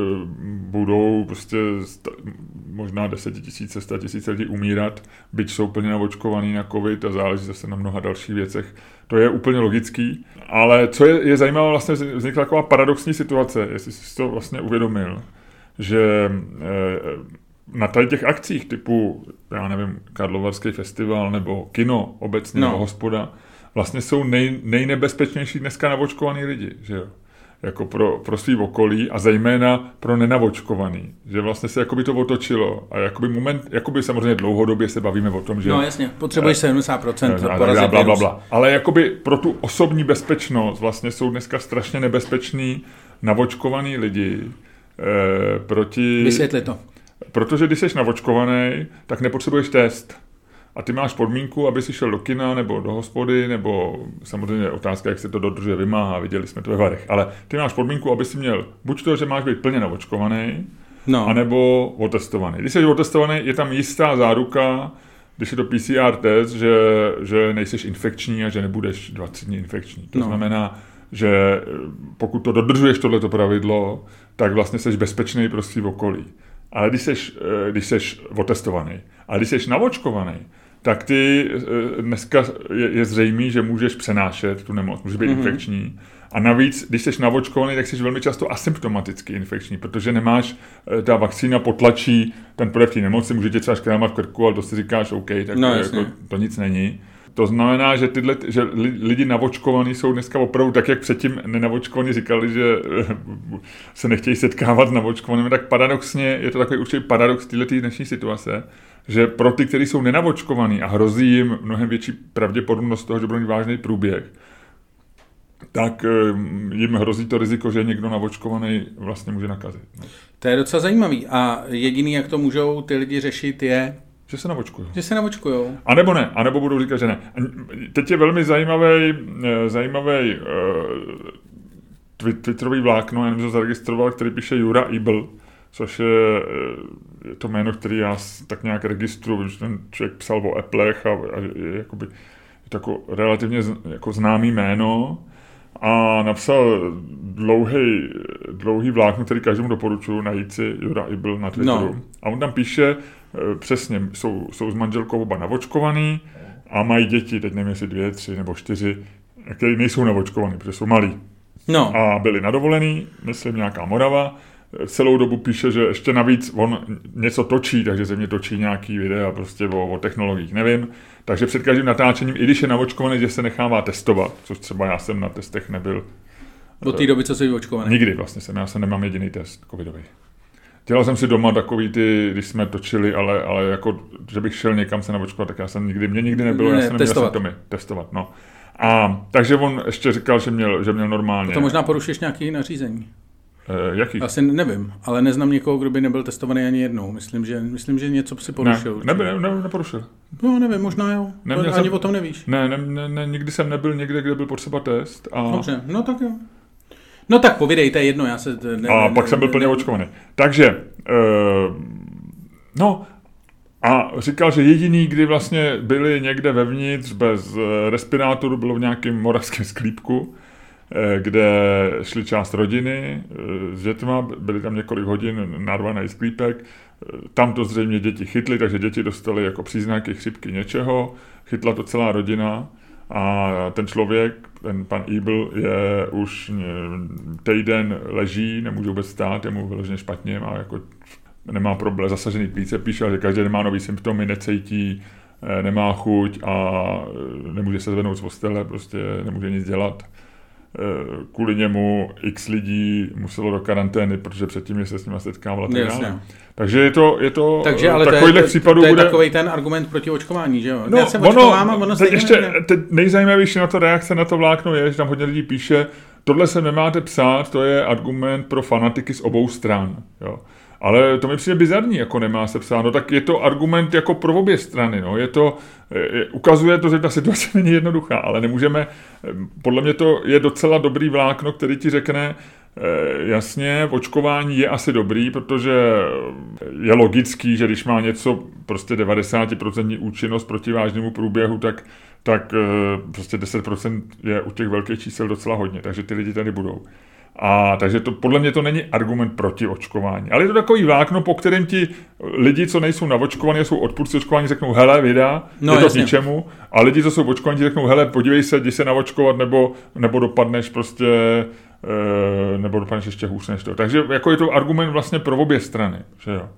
budou prostě možná 10 000, 100 000 lidí umírat, byť jsou plně naočkovaný na covid a záleží zase na mnoha dalších věcech. To je úplně logický, ale co je zajímavé, vlastně vznikla taková paradoxní situace, jestli jsi to vlastně uvědomil, že na tady těch akcích typu, já nevím, Karlovarský festival nebo kino obecně nebo hospoda, vlastně jsou nejnebezpečnější dneska naočkovaný lidi, že jo. jako pro svý okolí a zejména pro nenavočkovaný. Že vlastně se jakoby to otočilo a jakoby samozřejmě dlouhodobě se bavíme o tom, že... No jasně, potřebuješ 70% porazit virus. Ale jakoby pro tu osobní bezpečnost vlastně jsou dneska strašně nebezpeční navočkovaný lidi proti... Vysvětli to. Protože když jsi navočkovaný, tak nepotřebuješ test. A ty máš podmínku, aby si šel do kina nebo do hospody, nebo samozřejmě otázka, jak se to dodržuje, vymáhá, viděli jsme to ve Varech. Ale ty máš podmínku, aby si měl buď to, že máš být plně navočkovaný, anebo otestovaný. Když jsi otestovaný, je tam jistá záruka, když je to PCR test, že nejseš infekční a že nebudeš 20 dní infekční. To znamená, že pokud to dodržuješ tohleto pravidlo, tak vlastně jsi bezpečný pro svý okolí. Ale když seš otestovaný, ale když seš navočkovaný, tak ty dneska je zřejmý, že můžeš přenášet tu nemoc, můžeš být infekční. A navíc, když jsi navočkovaný, tak jsi velmi často asymptomaticky infekční, protože nemáš, ta vakcína potlačí ten projev té nemoci, může tě třeba škrámat v krku, ale to si říkáš, OK, tak jako, to nic není. To znamená, že že lidi navočkovaní jsou dneska opravdu tak, jak předtím nenavočkovaní říkali, že se nechtějí setkávat s navočkovanými, tak paradoxně je to takový určitý paradox této dnešní situace, že pro ty, kteří jsou nenavočkovaní a hrozí jim mnohem větší pravděpodobnost toho, že budou mít vážný průběh, tak jim hrozí to riziko, že někdo navočkovaný vlastně může nakazit. No. To je docela zajímavý. A jediný, jak to můžou ty lidi řešit, je... Že se navočkujou. Že se navočkujou. A nebo ne, a nebo budou říkat, že ne. Teď je velmi zajímavý twitterový vlákno, já nevím, že zaregistroval, který píše Jura Ibl, což je to jméno, který já tak nějak registruju, že ten člověk psal o Applech a je jakoby tako relativně jako známý jméno a napsal dlouhý vlákno, který každému doporučuji najít si Jura Ibl na Twitteru. No. A on tam píše přesně, jsou s manželkou oba navočkovaný a mají děti, teď nevím, jestli 2, 3 nebo 4, kteří nejsou navočkovaný, protože jsou malí. No. A byli na dovolený, myslím nějaká Morava, celou dobu píše, že ještě navíc on něco točí, takže ze mě točí nějaký videa prostě o technologiích, nevím. Takže před každým natáčením, i když je navočkovaný, že se nechává testovat, což třeba já jsem na testech nebyl. Od té doby, co jsi očkovaný? Nikdy vlastně já jsem nemám jediný test covidový. Dělal jsem si doma takový ty, když jsme točili, ale jako, že bych šel někam se navočkovat, tak mě nikdy nebylo, já jsem neměl symptomy. Testovat, no. A takže on ještě říkal, že měl normálně. To možná porušíš nějaký nařízení. Jaký? Asi nevím, ale neznám někoho, kdo by nebyl testovaný ani jednou. Myslím, že něco si porušil. Neporušil. No, nevím, možná jo. Ani o tom nevíš. Ne, nikdy jsem nebyl někde, kde byl potřeba test. Dobře, no tak jo. No tak povídej, to je jedno, já se... Pak jsem byl plně očkovaný. Takže, a říkal, že jediný, kdy vlastně byli někde vevnitř bez respirátoru, bylo v nějakém moravském sklípku, kde šli část rodiny s dětma, byli tam několik hodin narvaný sklípek, tam to zřejmě děti chytly, takže děti dostaly jako příznaky chřipky něčeho, chytla to celá rodina a ten člověk, ten pan Ibl, je už týden leží, nemůže vůbec stát, je mu vyloženě špatně, má jako, nemá problém, zasažený plíce, píše, že každý den má nový symptomy, necítí, nemá chuť a nemůže se zvednout z postele, prostě nemůže nic dělat. Kvůli němu x lidí muselo do karantény, protože předtím se s nimi setkával. Takže je to takže, ale takovýhle případů bude... To je takovej ten argument proti očkování, že jo? No, ono nejzajímavější na to reakce na to vlákno je, že tam hodně lidí píše, tohle se nemáte psát, to je argument pro fanatiky z obou stran, jo. Ale to mi přijde bizarní, jako nemá se psát. No tak je to argument jako pro obě strany. No. Ukazuje to, že ta situace není jednoduchá, ale nemůžeme, podle mě to je docela dobrý vlákno, který ti řekne, jasně, očkování je asi dobrý, protože je logický, že když má něco prostě 90% účinnost proti vážnému průběhu, tak prostě 10% je u těch velkých čísel docela hodně, takže ty lidi tady budou. A takže podle mě to není argument proti očkování. Ale je to takový vlákno, po kterém ti lidi, co nejsou navočkovaní, jsou odpůrci očkování, řeknou, hele, vida, je to k ničemu. A lidi, co jsou očkovaní, řeknou, hele, podívej se, jdi se navočkovat, nebo dopadneš prostě, nebo dopadneš ještě hůř než to. Takže jako je to argument vlastně pro obě strany, že jo.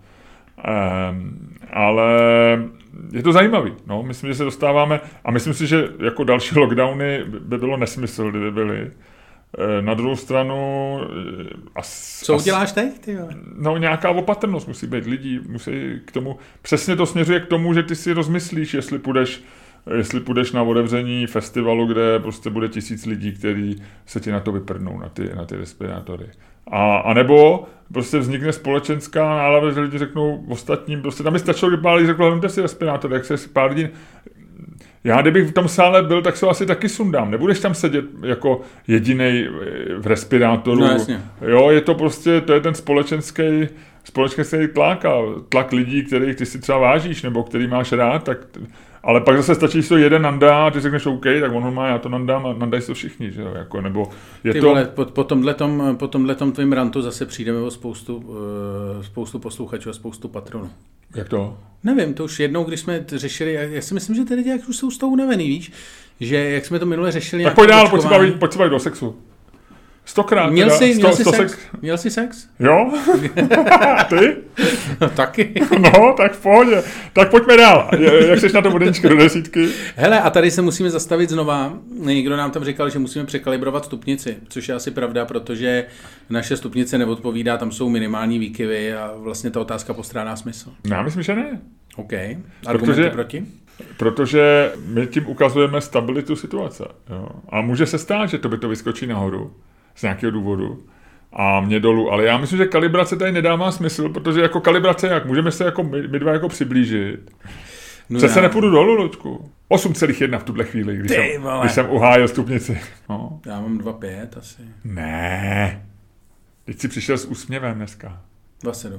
Ale je to zajímavý, no, myslím, že se dostáváme, a myslím si, že jako další lockdowny by bylo nesmysl, kdyby byly. Na druhou stranu... Co uděláš teď, ty? No, nějaká opatrnost musí být lidí, musí k tomu... Přesně to směřuje k tomu, že ty si rozmyslíš, jestli půjdeš na otevření festivalu, kde prostě bude 1000 lidí, kteří se ti na to vyprdnou, na ty respirátory. A nebo prostě vznikne společenská nálada, že lidi řeknou ostatním, prostě tam by stačilo, kdyby pár lidí řeklo, hledujte si respirátor, jak se pár lidí... Já kdybych v tom sále byl, tak se asi taky sundám. Nebudeš tam sedět jako jedinej v respirátoru. No jasně. Jo, je to prostě, to je ten společenský tlak a tlak lidí, kterých ty si třeba vážíš, nebo který máš rád, tak... Ale pak zase stačí, že to jeden nandá a ty řekneš OK, tak on má, já to nandám a nandají to všichni, že jo, jako, nebo je ty to... Vole, po tomhletom tvým rantu zase přijdeme o spoustu posluchačů a spoustu patronů. Jak to? Nevím, to už jednou, když jsme řešili, já si myslím, že ty lidi jak už jsou z toho unavený, víš, že jak jsme to minule řešili... Tak pojď dál, pojď se bavit do sexu. 100krát. Měl jsi sex? Jo? Ty? No, taky. No, tak v pohodě. Tak pojďme dál. Jak jsi na to vodeničky do 10? Hele, a tady se musíme zastavit znova. Někdo nám tam říkal, že musíme překalibrovat stupnici, což je asi pravda, protože naše stupnice neodpovídá, tam jsou minimální výkyvy a vlastně ta otázka postrádá smysl. Já myslím, že ne. OK. Argumenty proti? Protože my tím ukazujeme stabilitu situace. Jo. A může se stát, že to vyskočí nahoru z nějakého důvodu a mě dolů. Ale já myslím, že kalibrace tady nedává smysl, protože jako kalibrace jak? Můžeme se jako my dva jako přiblížit. No přece nepůjdu dolů, Luďku. 8,1 v tuhle chvíli, když jsem uhájil stupnici. No. Já mám 2,5 asi. Ne. Teď jsi přišel s úsměvem dneska. 2,7.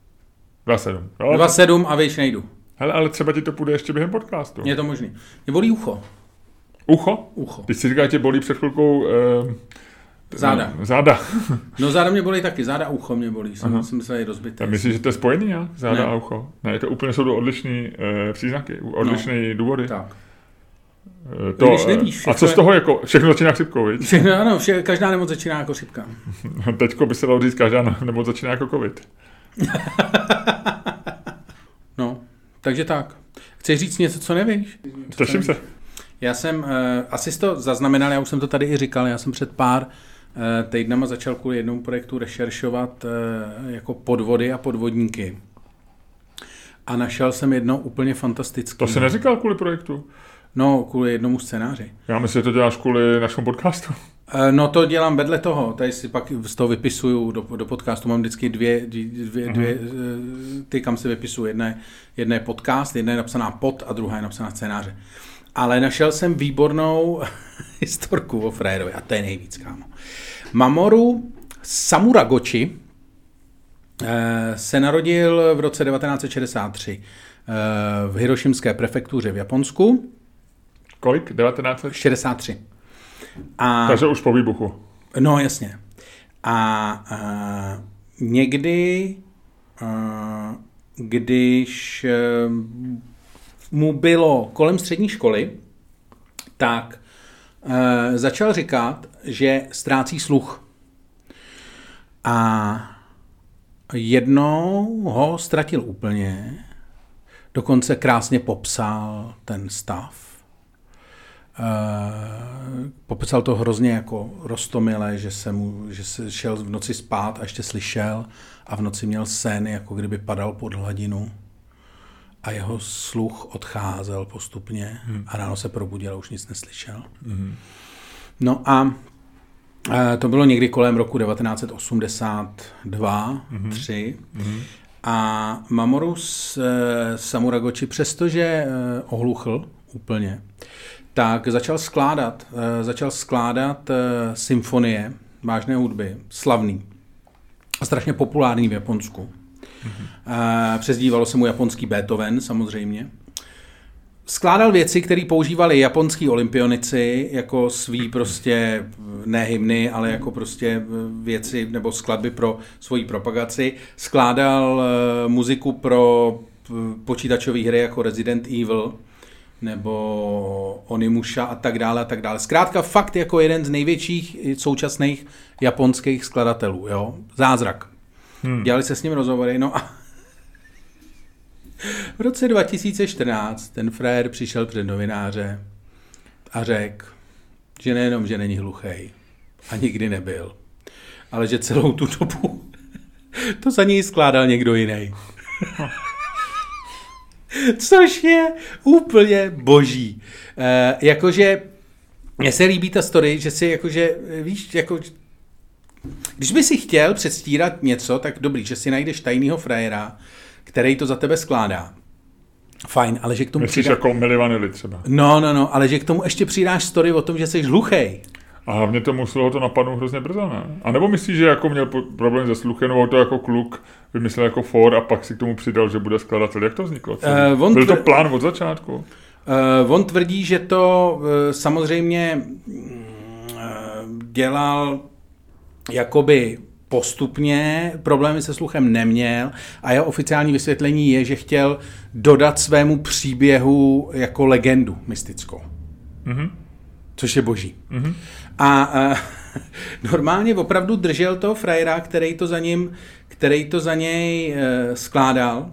2,7 a výš nejdu. Hele, ale třeba ti to půjde ještě během podcastu. Je to možný. Mě bolí ucho. Ucho? Ucho. Teď si říká, tě bolí před chvilkou... Záda. No záda mě bolí taky, záda a ucho mě bolí, jsem myslel, je rozbité. A myslíš, že to je spojený, já? Záda a ucho? Ne, to úplně jsou odlišný příznaky, odlišný důvody. Tak. Když nevíš, a co z toho jako, všechno začíná chřipkou, viď? Ano, každá nemoc začíná jako chřipka. Teďko by se dalo říct, každá nemoc začíná jako covid. No, takže tak. Chceš říct něco, co nevíš? Těším se. Já jsem, asi jsi to zaznamenal, já už jsem to tady i říkal, já jsem před pár týdnama začal kvůli jednomu projektu rešeršovat jako podvody a podvodníky. A našel jsem jedno úplně fantastické. To jsi neříkal kvůli projektu? No, kvůli jednomu scénáři. Já myslím, že to děláš kvůli našemu podcastu. No to dělám vedle toho, tady si pak z toho vypisuju do podcastu, mám vždycky dvě ty, kam se vypisuju. Jedna je podcast, jedna je napsaná pod a druhá je napsaná scénáře. Ale našel jsem výbornou historku o frajerovi a to je nejvíc, kámo. Mamoru Samuragochi se narodil v roce 1963 v hirošimské prefektuře v Japonsku. Kolik? 1963. Takže už po výbuchu. No, jasně. A někdy, když mu bylo kolem střední školy, tak začal říkat, že ztrácí sluch. A jednou ho ztratil úplně, dokonce krásně popsal ten stav. Popsal to hrozně jako roztomile, že se šel v noci spát a ještě slyšel a v noci měl sen, jako kdyby padal pod hladinu. A jeho sluch odcházel postupně a ráno se probudil a už nic neslyšel. No a to bylo někdy kolem roku 1982, 3. A Mamoru Samuragochi, přestože ohluchl úplně, tak začal skládat symfonie, vážné hudby, slavný a strašně populární v Japonsku. Přezdívalo se mu japonský Beethoven, samozřejmě. Skládal věci, které používali japonský olympionici jako svý prostě, ne hymny, ale jako prostě věci nebo skladby pro svoji propagaci. Skládal muziku pro počítačové hry jako Resident Evil nebo Onimusha a tak dále a tak dále. Zkrátka fakt jako jeden z největších současných japonských skladatelů, jo? Zázrak. Dělali se s ním rozhovory, no a v roce 2014 ten frajer přišel před novináře a řekl, že nejenom, že není hluchej, A nikdy nebyl. Ale že celou tu dobu to za něj skládal někdo jiný. Což je úplně boží. Jakože mně se líbí ta story, že si jakože, víš, jako, když by si chtěl předstírat něco, tak dobrý, že si najdeš tajnýho frajera, který to za tebe skládá. Fajn, ale že k tomu myslíš jako Milli Vanilli třeba. No, ale že k tomu ještě přidáš story o tom, že jsi hluchej. A hlavně to muselo to napadnout hrozně brzo, ne? A nebo myslíš, že jako měl problém se sluchem, nebo to jako kluk vymyslel jako for a pak si k tomu přidal, že bude skladatel. Jak to vzniklo? Byl to plán od začátku? On tvrdí, že to samozřejmě dělal jakoby postupně, problémy se sluchem neměl a jeho oficiální vysvětlení je, že chtěl dodat svému příběhu jako legendu mystickou. Mm-hmm. Což je boží. Mm-hmm. A normálně opravdu držel toho frajera, který to za něj skládal.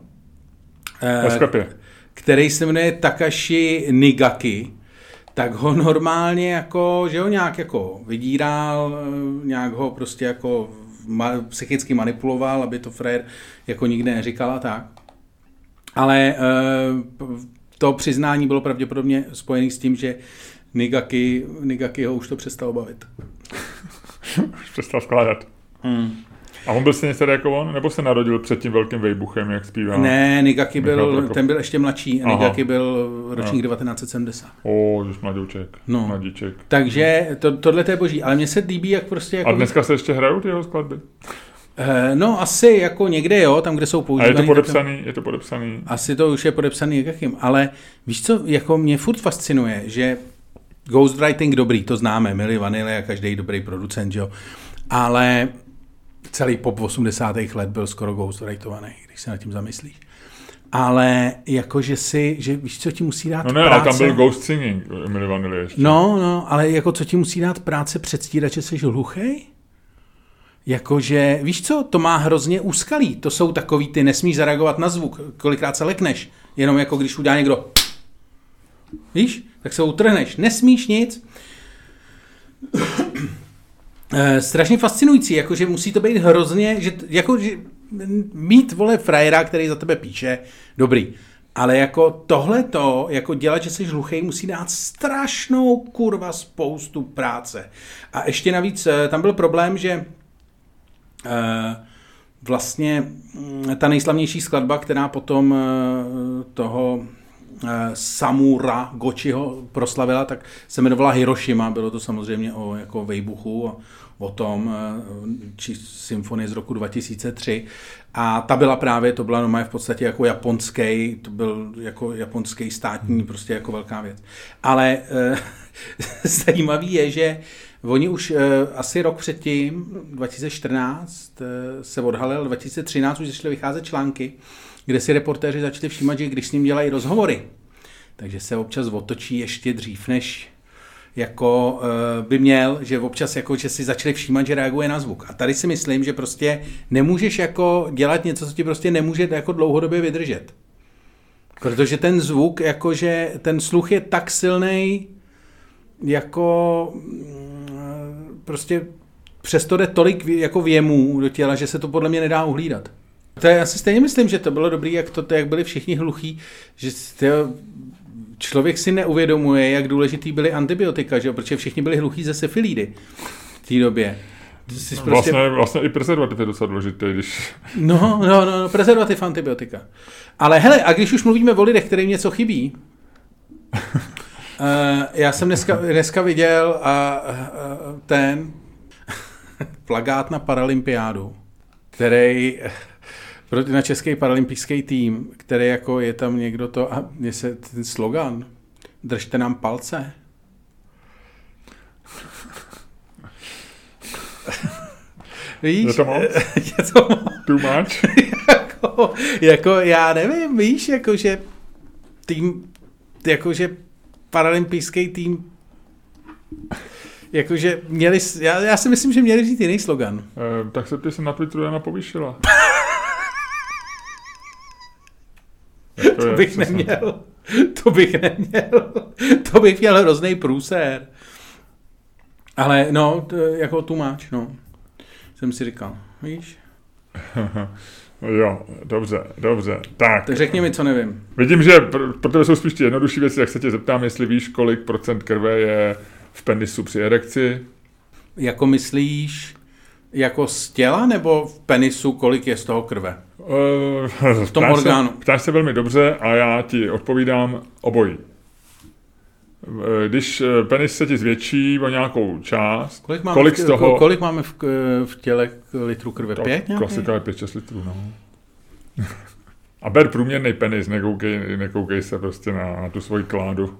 Který se jmenuje Takashi Nigaki, tak ho normálně jako, že ho nějak jako vydíral, nějak ho prostě jako psychicky manipuloval, aby to frajer jako nikde neříkal a tak. Ale to přiznání bylo pravděpodobně spojené s tím, že Nigaki ho už to přestalo bavit. Už přestal skládat. A on byl stejně tedy jako on? Nebo se narodil před tím velkým vejbuchem, jak zpíval? Ne, Nigaki ten byl ještě mladší. Aha. Nigaki byl ročník 1970. Už mladíček. Mladíček. Takže tohle je boží. Ale mně se líbí, jak prostě... Jako... A dneska se ještě hrajou ty jeho skladby? No asi jako někde jo, tam, kde jsou používaný. A je to podepsaný? Asi to už je podepsaný Nigakým. Ale víš co, jako mě furt fascinuje, že ghostwriting dobrý, to známe, Milli Vanilli a každý dobrý producent, jo. Ale celý pop 80. let byl skoro ghostwritovaný, když se nad tím zamyslíš. Ale jako, že víš, co ti musí dát práce. Ale tam byl ghost singing, Milli Vanilli ještě. No, ale jako, co ti musí dát práce předstírat, že jsi hluchej? Jakože, víš co, to má hrozně úskalí. To jsou takový, ty nesmíš zareagovat na zvuk, kolikrát se lekneš. Jenom jako když udělá někdo. Víš? Tak se utrhneš. Nesmíš nic. Strašně fascinující, jakože musí to být hrozně, že mít, vole, frajera, který za tebe píše, dobrý. Ale jako tohleto, jako dělat, že jsi hluchej, musí dát strašnou kurva spoustu práce. A ještě navíc, tam byl problém, že vlastně ta nejslavnější skladba, která potom toho Samura Gochiho proslavila, tak se jmenovala Hiroshima, bylo to samozřejmě o jako vejbuchu, o tom, či symfonie z roku 2003 a ta byla právě, to byla normálně v podstatě jako japonský, to byl jako japonský státní, prostě jako velká věc. Ale zajímavý je, že oni už asi rok předtím, 2014, se odhalil, 2013 už začaly vycházet články, kde si reportéři začali všímat, že když s ním dělají rozhovory, takže se občas otočí ještě dřív, než jako by měl, že občas jako, že si začali všímat, že reaguje na zvuk. A tady si myslím, že prostě nemůžeš jako dělat něco, co ti prostě nemůže jako dlouhodobě vydržet. Protože ten zvuk, jakože ten sluch je tak silnej, jako prostě přesto jde tolik jako věmů do těla, že se to podle mě nedá uhlídat. To já si stejně myslím, že to bylo dobrý, jak byli všichni hluchí, že člověk si neuvědomuje, jak důležitý byly antibiotika, že? Protože všichni byli hluchí ze syfilidy v té době. Vlastně i prezervativ je docela důležitý, když... No, prezervativ, antibiotika. Ale hele, a když už mluvíme o lidech, kterým něco chybí, já jsem dneska viděl ten plakát na paralympiádu, který na český paralympijský tým, který jako je tam někdo to, a mně se ten slogan, držte nám palce. Víš? Je to moc? Je to moc. Too much? jako já nevím, víš, jakože tým, jakože paralympijský tým, jakože měli, já si myslím, že měli říct jiný slogan. Tak se ty se na Twitteru Jana povýšila. To bych neměl. To bych měl hrozný průser. Ale no, jako tlumáč, no. Jsem si říkal, víš? Jo, dobře. Tak řekni mi, co nevím. Vidím, že pro tebe jsou spíš ty jednodušší věci, tak se tě zeptám, jestli víš, kolik procent krve je v penisu při erekci. Jako myslíš, jako z těla, nebo v penisu, kolik je z toho krve? V tom orgánu. Ptáš se velmi dobře a já ti odpovídám obojí. Když penis se ti zvětší o nějakou část, kolik máme v těle litrů krve? 5? Klasika je 5-6 litrů, no. A ber průměrný penis, nekoukej se prostě na tu svoji kládu.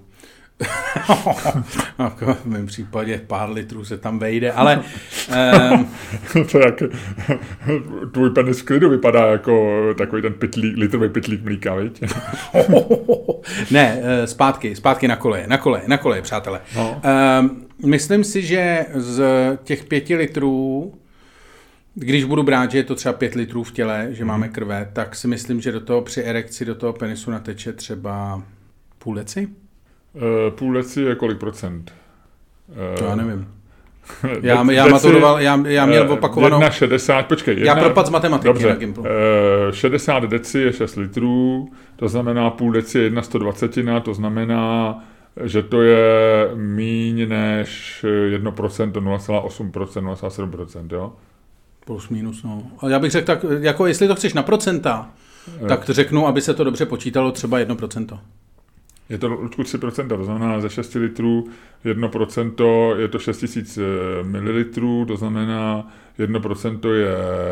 V mém případě pár litrů se tam vejde, ale... To jak tvůj penis v klidu vypadá jako takový ten litrový pytlík mlíka, viď? Ne, zpátky na koleje, přátelé. No. Myslím si, že z těch 5 litrů, když budu brát, že je to třeba 5 litrů v těle, že máme krve, tak si myslím, že do toho při erekci do toho penisu nateče třeba půl deci? Půl deci je kolik procent? To já nevím. Já maturoval, já měl opakovanou... 1,60, počkej. Já propad z matematiky dobře, na Gimplu. 60 deci je 6 litrů, to znamená půl deci je 1/120, to znamená, že to je míň než 1%, 0,8%, 0,7%, jo? Plus minus, no. A já bych řekl tak, jako jestli to chceš na procenta, tak to řeknu, aby se to dobře počítalo, třeba 1%. Je to Luďku 3%, to znamená ze 6 litrů 1% je to 6000 ml, to znamená 1% je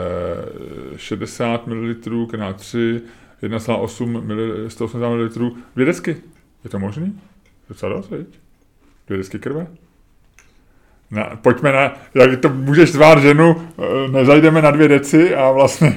60 ml krát 3, 1,8 180 ml, 2 decky. Je to možný? Docela dost, viď? 2 decky krve? Pojďme na, jak to můžeš zvát ženu, nezajdeme na 2 deci a vlastně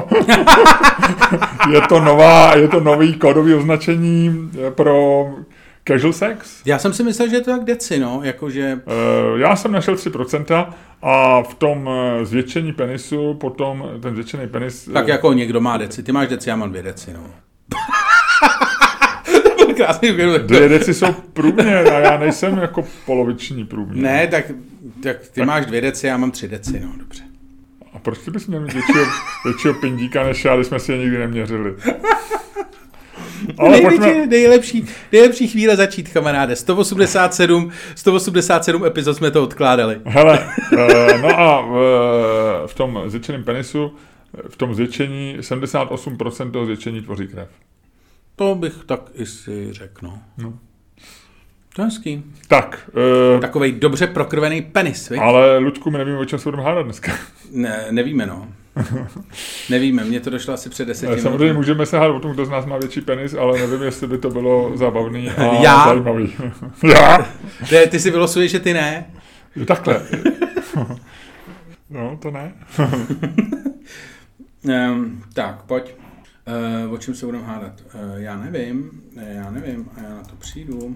je to nový kódový označení pro casual sex. Já jsem si myslel, že je to jak deci, no, jakože... Já jsem našel 3% a v tom zvětšení penisu potom ten zvětšený penis... Tak jako někdo má deci, ty máš deci, já mám 2 deci, no. Krásný 2 deci jsou průměr a já nejsem jako poloviční průměr. Ne, tak ty máš 2 deci, já mám 3 deci, no, dobře. A proč ty bys měl mít většího pindíka než já, když jsme si je nikdy neměřili? Ale nejlepší chvíle začít, kamaráde. 187 epizod jsme to odkládali. Hele, no a v tom zvětšeném penisu, v tom zvětšení 78% toho zvětšení tvoří krev. To bych tak i si řekl, no. To je hezký. Tak. Takovej dobře prokrvený penis, viď? Ale, Luďku, my nevíme, o čem se budeme hádat dneska. Nevíme, no. Nevíme, mně to došlo asi před 10 minut. Samozřejmě můžeme se hádat o tom, kdo z nás má větší penis, ale nevím, jestli by to bylo zábavný a zajímavý. Já? Ty si vylosuješ, že ty ne? Takhle. No, to ne. Tak, pojď. O čem se budeme hádat? Já nevím a já na to přijdu.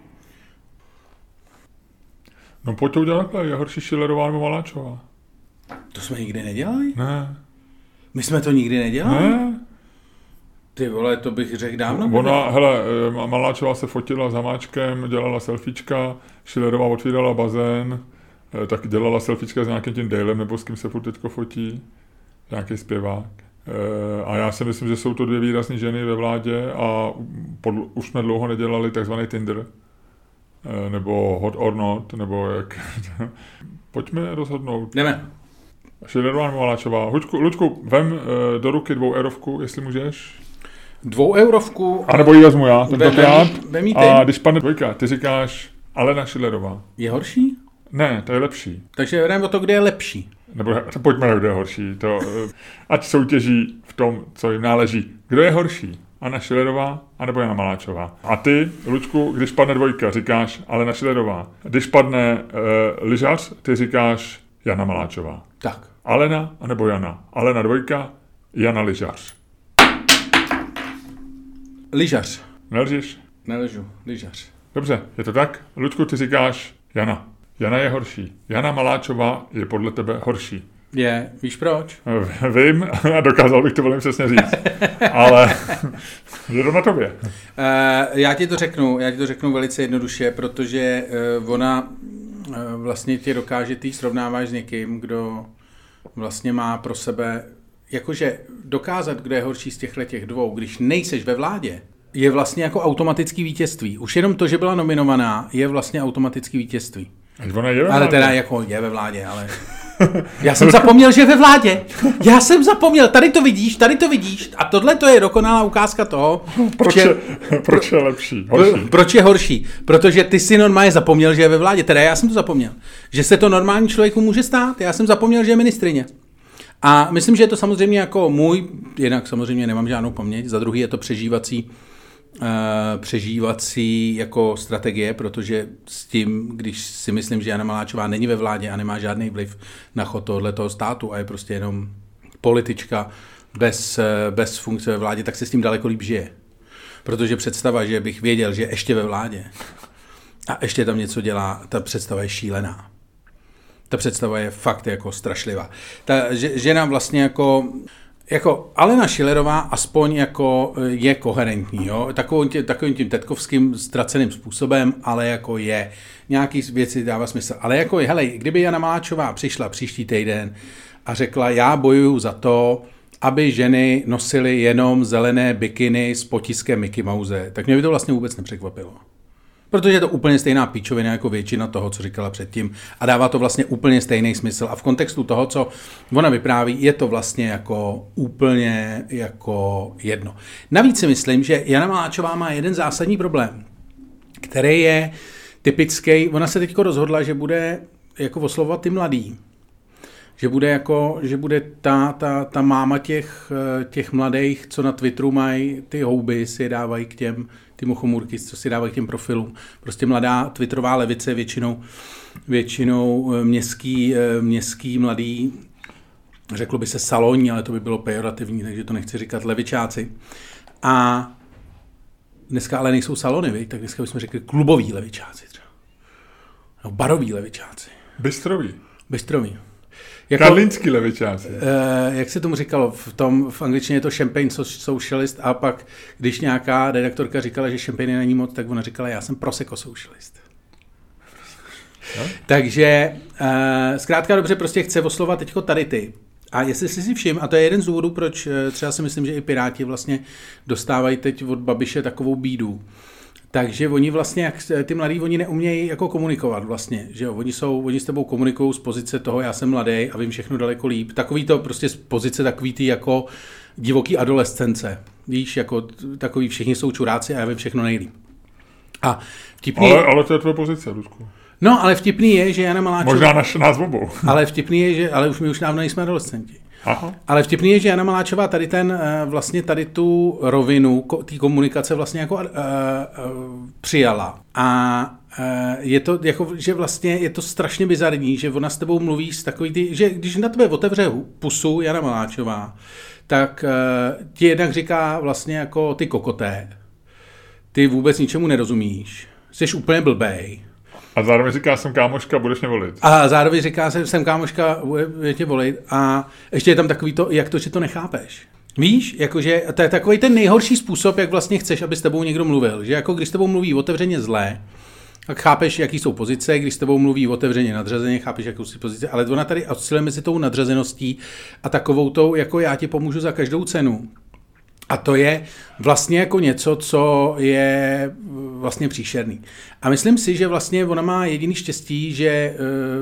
No pojď to udělat takhle, je horší Schillerová nebo Maláčová. To jsme nikdy nedělali? Ne. My jsme to nikdy nedělali? Ne. Ty vole, to bych řekl dávno. Ona, hele, Maláčová se fotila s Hamáčkem, dělala selfiečka, Schillerová otvírala bazén, tak dělala selfiečka s nějakým tím Dalem, nebo s kým se furt teďko fotí, nějaký zpěvák. A já si myslím, že jsou to 2 výrazné ženy ve vládě a už jsme dlouho nedělali takzvaný Tinder, nebo Hot or Not, nebo jak... Pojďme rozhodnout. Jdeme. Schillerová nebo Maláčová. Luďku, vem do ruky 2 eurovku, jestli můžeš. 2 eurovku? A nebo ji vezmu já. A když padne 2, ty říkáš Alena Schillerová. Je horší? Ne, to je lepší. Takže jdeme o to, kde je lepší. Nebo pojďme, kdo je horší. Ať soutěží v tom, co jim náleží. Kdo je horší? Anna Schillerová anebo Jana Maláčová. A ty, Luďku, když padne 2, říkáš Alena Schillerová. Když padne lyžař, ty říkáš Jana Maláčová. Tak. Alena anebo Jana. Alena 2, Jana lyžař. Lyžař. Nelžíš? Nelžu, lyžař. Dobře, je to tak? Luďku, ty říkáš Jana. Jana je horší. Jana Maláčová je podle tebe horší. Je, víš proč? Vím a dokázal bych to velmi přesně říct. Ale je to na tobě. Já ti to řeknu velice jednoduše, protože ona vlastně tě dokáže, ty srovnáváš s někým, kdo vlastně má pro sebe, jakože dokázat, kdo je horší z těch dvou, když nejseš ve vládě, je vlastně jako automatický vítězství. Už jenom to, že byla nominovaná, je vlastně automatický vítězství. Ale teda jako je ve vládě, ale... Já jsem zapomněl, že je ve vládě. Já jsem zapomněl, tady to vidíš. A tohle to je dokonalá ukázka toho, proč je lepší? Proč je horší? Protože ty si normálně zapomněl, že je ve vládě. Teda já jsem to zapomněl. Že se to normální člověku může stát. Já jsem zapomněl, že je ministryně. A myslím, že je to samozřejmě jako můj, jinak samozřejmě nemám žádnou paměť, za druhý je to přežívací jako strategie, protože s tím, když si myslím, že Jana Maláčová není ve vládě a nemá žádný vliv na chod tohoto státu a je prostě jenom politička bez funkce ve vládě, tak se s tím daleko líp žije. Protože představa, že bych věděl, že ještě ve vládě a ještě tam něco dělá, ta představa je šílená. Ta představa je fakt jako strašlivá. Ta žena vlastně jako Alena Schillerová aspoň jako je koherentní, jo? Takovým tím tetkovským ztraceným způsobem, ale jako je. Nějaký věci dává smysl. Ale jako je, hele, kdyby Jana Maláčová přišla příští týden a řekla, já bojuju za to, aby ženy nosily jenom zelené bikiny s potiskem Mickey Mouse, tak mě by to vlastně vůbec nepřekvapilo. Protože je to úplně stejná píčovina jako většina toho, co říkala předtím a dává to vlastně úplně stejný smysl a v kontextu toho, co ona vypráví, je to vlastně jako úplně jako jedno. Navíc si myslím, že Jana Maláčová má jeden zásadní problém, který je typický. Ona se teď rozhodla, že bude jako oslovovat ty mladý. Že bude ta máma těch mladých, co na Twitteru mají ty houby, si je dávají k těm ty muchomůrky, co si dávají k těm profilům. Prostě mladá twitterová levice, většinou městský mladý, řeklo by se salonní, ale to by bylo pejorativní, takže to nechci říkat levičáci. A dneska ale nejsou salony, viď? Tak dneska bychom řekli kluboví levičáci třeba. No, baroví levičáci. Bystroví. Jako, karlínský levičáci. Jak se tomu říkalo, v angličtině je to champagne socialist a pak, když nějaká redaktorka říkala, že champagne není moc, tak ona říkala, já jsem prosecco socialist. No? Takže zkrátka dobře prostě chce oslovat teďko tady ty. A jestli si všim, a to je jeden z důvodů, proč třeba si myslím, že i Piráti vlastně dostávají teď od Babiše takovou bídu. Takže oni vlastně, jak ty mladí, oni neumějí jako komunikovat vlastně, že jo, oni s tebou komunikují z pozice toho, já jsem mladý a vím všechno daleko líp. Takový to prostě z pozice takový ty jako divoký adolescence. Víš, jako takový všichni jsou čuráci a já vím všechno nejlíp. A vtipný... Ale to je tvoje pozice, Rusku. No, ale vtipný je, že Jana Maláčová... Možná nás obou. Ale vtipný je, že... Ale my už dávno nejsme adolescenti. Aha. Ale vtipný je, že Jana Maláčová tady tu rovinu té komunikace vlastně jako přijala. A je to jako, že vlastně je to strašně bizarní, že ona s tebou mluví s takový že když na tebe otevře pusu Jana Maláčová, tak ti jednak říká vlastně jako ty kokoté, ty vůbec ničemu nerozumíš, jsi úplně blbej. A zároveň říká, jsem kámoška, budeš mě volit. A zároveň říká, jsem kámoška, bude tě volit. A ještě je tam takový to, jak to, že to nechápeš. Víš, jakože to je takový ten nejhorší způsob, jak vlastně chceš, aby s tebou někdo mluvil. Že jako když s tebou mluví otevřeně zlé, tak chápeš, jaký jsou pozice, když s tebou mluví otevřeně nadřazeně, chápeš, jakou jsou pozice, ale ona tady osciluje mezi tou nadřazeností a takovou tou, jako já ti pomůžu za každou cenu. A to je vlastně jako něco, co je vlastně příšerný. A myslím si, že vlastně ona má jediný štěstí, že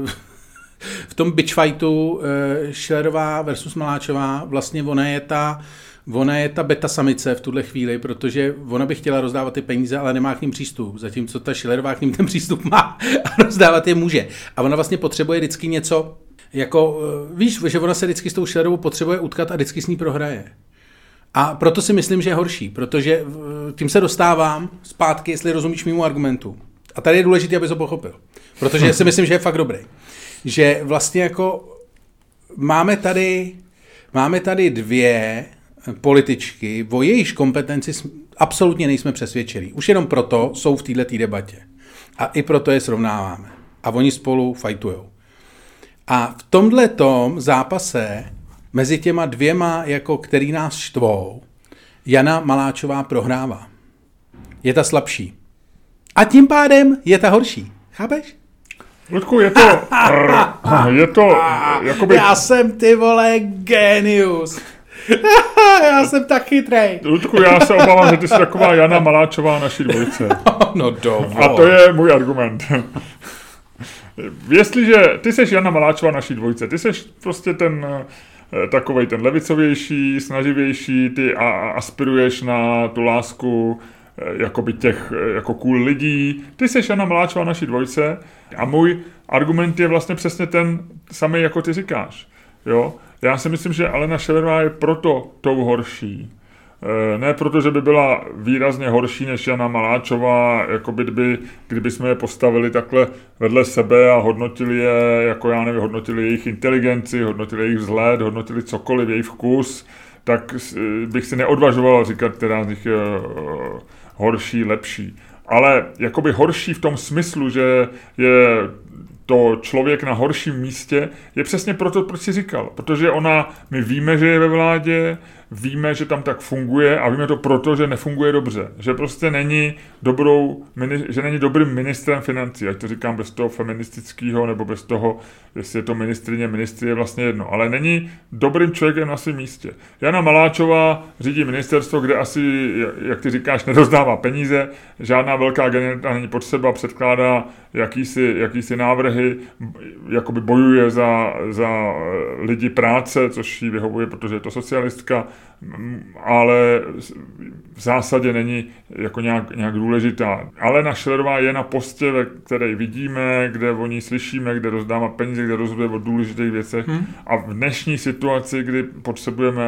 v tom bitchfightu Schillerová versus Maláčová vlastně ona je ta beta samice v tuhle chvíli, protože ona by chtěla rozdávat ty peníze, ale nemá k ním přístup, zatímco ta Schillerová k ním ten přístup má a rozdávat je může. A ona vlastně potřebuje vždycky něco, jako víš, že ona se vždycky s tou Schillerovou potřebuje utkat a vždycky s ní prohraje. A proto si myslím, že je horší, protože tím se dostávám zpátky, jestli rozumíš mému argumentu. A tady je důležité, abys ho pochopil, protože si myslím, že je fakt dobrý. Že vlastně jako máme tady dvě političky, o jejíž kompetenci absolutně nejsme přesvědčení. Už jenom proto jsou v této debatě. A i proto je srovnáváme. A oni spolu fajtujou. A v tomhletom zápase mezi těma dvěma, jako který nás štvou, Jana Maláčová prohrává. Je ta slabší. A tím pádem je ta horší. Chápeš? Ludku, je to jakoby... Já jsem, ty vole, genius. Já jsem tak chytrej. Ludku, já se obávám, že ty jsi taková Jana Maláčová naší dvojice. No dovol. A to je můj argument. Jestliže ty seš Jana Maláčová naší dvojice, ty seš prostě ten takovej ten levicovější, snaživější, ty aspiruješ na tu lásku jakoby těch jako cool lidí, ty seš Jana Maláčová naší dvojice a můj argument je vlastně přesně ten samý, jako ty říkáš. Jo? Já si myslím, že Alena Schillerová je proto tou horší. Ne proto, že by byla výrazně horší než Jana Maláčová, jako kdyby jsme je postavili takhle vedle sebe a hodnotili je, jako já nevím, hodnotili jejich inteligenci, hodnotili jejich vzhled, hodnotili cokoliv, jejich vkus, tak bych si neodvažoval říkat, která z nich je horší, lepší. Ale jakoby horší v tom smyslu, že je to člověk na horším místě, je přesně proto, proč si říkal. Protože my víme, že je ve vládě, víme, že tam tak funguje a víme to proto, že nefunguje dobře. Že prostě není dobrým ministrem financí, ať to říkám bez toho feministického, nebo bez toho, jestli je to ministryně, ministry je vlastně jedno. Ale není dobrým člověkem na svém místě. Jana Maláčová řídí ministerstvo, kde asi, jak ty říkáš, nedozdává peníze, žádná velká agenda není potřeba, předkládá jakýsi návrhy, jakoby bojuje za lidi práce, což jí vyhovuje, protože je to socialistka, ale v zásadě není jako nějak důležitá. Alena Schillerová je na postě, ve které vidíme, kde o ní slyšíme, kde rozdává peníze, kde rozhoduje o důležitých věcech. A v dnešní situaci, kdy potřebujeme,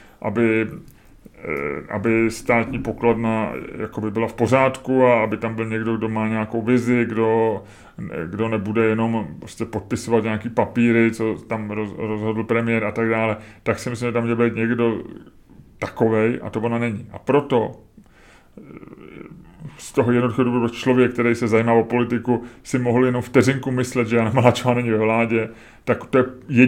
aby státní pokladna jakoby byla v pořádku a aby tam byl někdo, kdo má nějakou vizi, kdo nebude jenom prostě podpisovat nějaký papíry, co tam rozhodl premiér a tak dále, tak si myslím, že tam může být někdo takovej a to ona není. A proto z toho jednoduchého důvodu člověk, který se zajímá o politiku, si mohl jenom vteřinku myslet, že Jana Maláčová není ve vládě, tak to je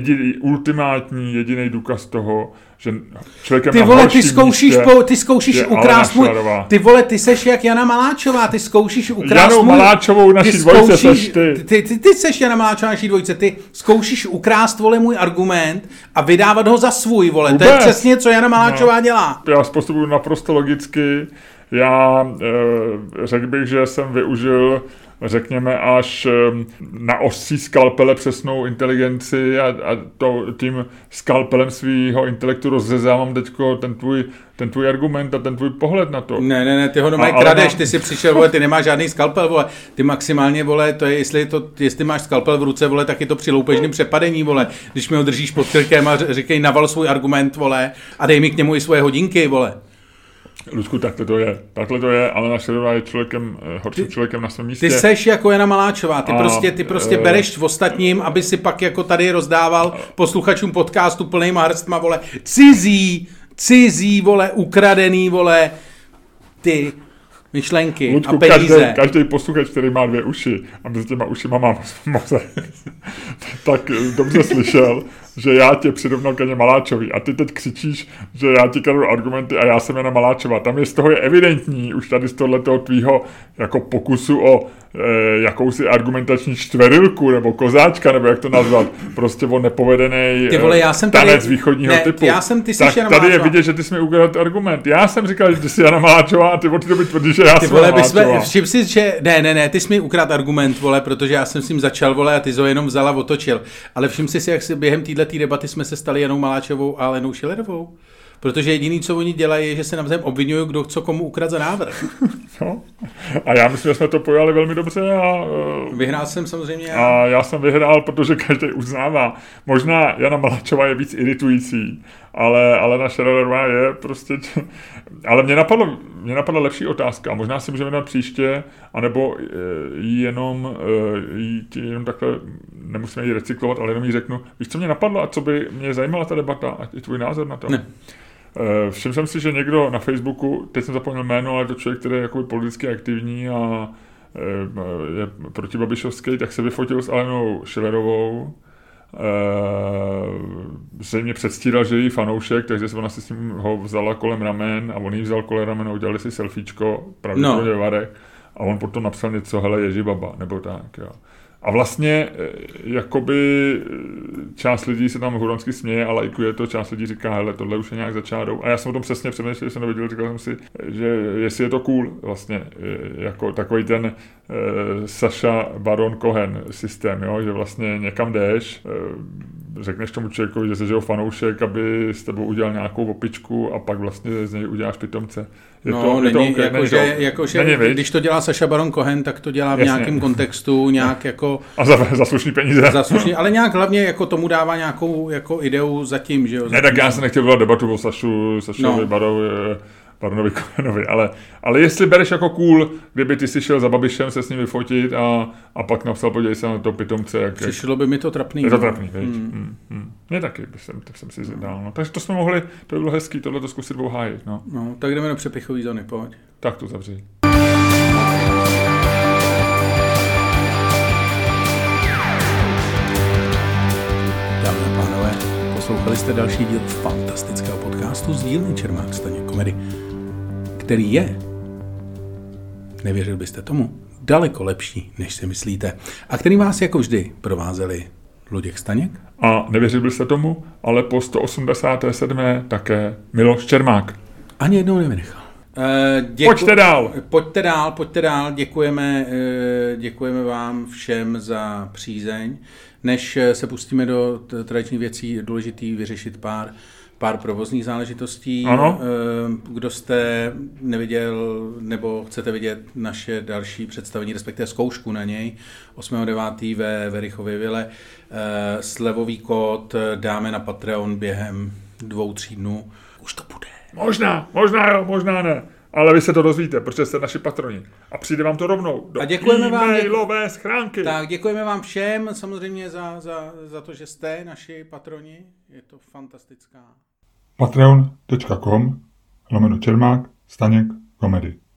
jediný důkaz toho, že člověkem ty vole, ty zkoušíš ukrást můj... Ty vole, ty seš jak Jana Maláčová, ty zkoušíš ukrást Janou Maláčovou naší dvojce seš ty. Ty seš Jana Maláčová naší dvojce, ty zkoušíš ukrást, vole, můj argument a vydávat ho za svůj, vole. To je přesně, co Jana Maláčová dělá. Já postupuji naprosto logicky. Já řekl bych, že jsem využil, řekněme, až na ostří skalpele přesnou inteligenci a tím skalpelem svýho intelektu rozřezávám teďko ten tvůj argument a ten tvůj pohled na to. Ne, ty ho doma kradeš, ty si přišel, vole, ty nemáš žádný skalpel, vole, ty maximálně, vole, to je, jestli máš skalpel v ruce, vole, tak je to při loupežném přepadení, vole, když mi ho držíš pod krkem a říkej, naval svůj argument, vole, a dej mi k němu i svoje hodinky, vole. Ludku, takhle to je, Alena Schillerová je horším člověkem na svém místě. Ty seš jako Jana Maláčová, ty prostě bereš v ostatním, aby si pak jako tady rozdával posluchačům podcastu plnýma hrstma, vole, cizí, vole, ukradený, vole, ty myšlenky, Ludku, a peníze. Každý posluchač, který má 2 uši a mezi těma ušima má mozek, tak dobře slyšel, že já tě přirovnal k Janě Maláčový a ty teď křičíš, že já ti kladu argumenty a já jsem Jana Maláčová. Tam je z toho evidentní, už tady z tohoto tvýho jako pokusu o jakousi argumentační čtverilku nebo kozáčka, nebo jak to nazvat, prostě o nepovedený tanec východního typu. Tak tady je vidět, že ty jsi mi ukradl argument. Já jsem říkal, že ty jsi Jana Maláčová a ty od té doby tvrdíš, že já jsem Jana Maláčová. Všim si, že ne, ty jsi mi ukradl argument, vole, protože já jsem s ním začal, vole, a ty jsi ho jenom vzala, otočil. Ale všim si, jak si během této debaty jsme se stali Janou Maláčovou a Alenou Schillerovou. Protože jediný, co oni dělají, je, že se navzájem obvinují, kdo co komu ukradl za návrh. No. A já myslím, že jsme to pojali velmi dobře. Vyhrál jsem samozřejmě. A já jsem vyhrál, protože každý uznává. Možná Jana Maláčová je víc iritující, ale Alena Schillerová je prostě... Ale mě napadla lepší otázka. Možná si můžeme dát příště, anebo jenom takhle, nemusíme ji recyklovat, ale jenom jí řeknu. Víš, co mě napadlo a co by mě zajímala ta debata a i tvůj názor na to? Ne. Všiml jsem si, že někdo na Facebooku, teď jsem zapomněl jméno, ale to člověk, který je jakoby politicky aktivní a je protibabišovský, tak se vyfotil s Alenou Schillerovou. Zřejmě předstíral, že je jí fanoušek, takže se ona si s ním ho vzala kolem ramen a on jí vzal kolem ramen a udělali si selfiečko pravděpodobně v Varech a on potom napsal něco, hele, Ježibaba, nebo tak, jo. A vlastně jakoby část lidí se tam huronsky směje a lajkuje to, část lidí říká, hele, tohle už je nějak za čárou. A já jsem o tom přesně přemýšlel, když jsem to viděl, říkal jsem si, že jestli je to cool vlastně, jako takový ten Sacha Baron Cohen systém, jo? Že vlastně někam jdeš, řekneš tomu člověku, že jsi jeho fanoušek, aby s tebou udělal nějakou opičku a pak vlastně z něj uděláš pitomce. Když to dělá Sacha Baron Cohen, tak to dělá v nějakém kontextu, nějak jako... A za slušný peníze. Ale nějak hlavně jako tomu dává nějakou jako ideu zatím, že jo? Ne, tak já jsem nechtěl dělat debatu o Sašovi Baronovi Cohenovi, ale jestli bereš jako cool, kdyby ty si šel za Babišem se s ním vyfotit a pak napsal, podívej se na to pitomce. Přišlo by mi to trapný. Je to trapný, víš. Mě taky, tak jsem si zadal. No. Takže to jsme mohli, to by bylo hezký, tohle to zkusit hájit. No, tak jdeme do přepichový zóny, pojď. Tak to zavři. Dámy a pánové, poslouchali jste další díl fantastického podcastu z dílny Čermák Staněk Komedy, který je, nevěřil byste tomu, daleko lepší, než si myslíte, a který vás jako vždy provázeli Luděk Staněk. A nevěřil byste tomu, ale po 187. také Miloš Čermák. Ani jednou nevynechal. Pojďte dál. Děkujeme vám všem za přízeň. Než se pustíme do tradičních věcí, je důležitý vyřešit pár provozních záležitostí. Ano. Kdo jste neviděl nebo chcete vidět naše další představení, respektive zkoušku na něj, 8.9. ve Verichově vile, slevový kód dáme na Patreon během 2-3 dnů. Už to bude. Možná jo, možná ne. Ale vy se to dozvíte, protože jste naši patroni. A přijde vám to rovnou do e-mailové schránky. Tak, děkujeme vám všem samozřejmě za to, že jste naši patroni. Je to fantastická. Patreon.com/Čermák Staněk Komedy.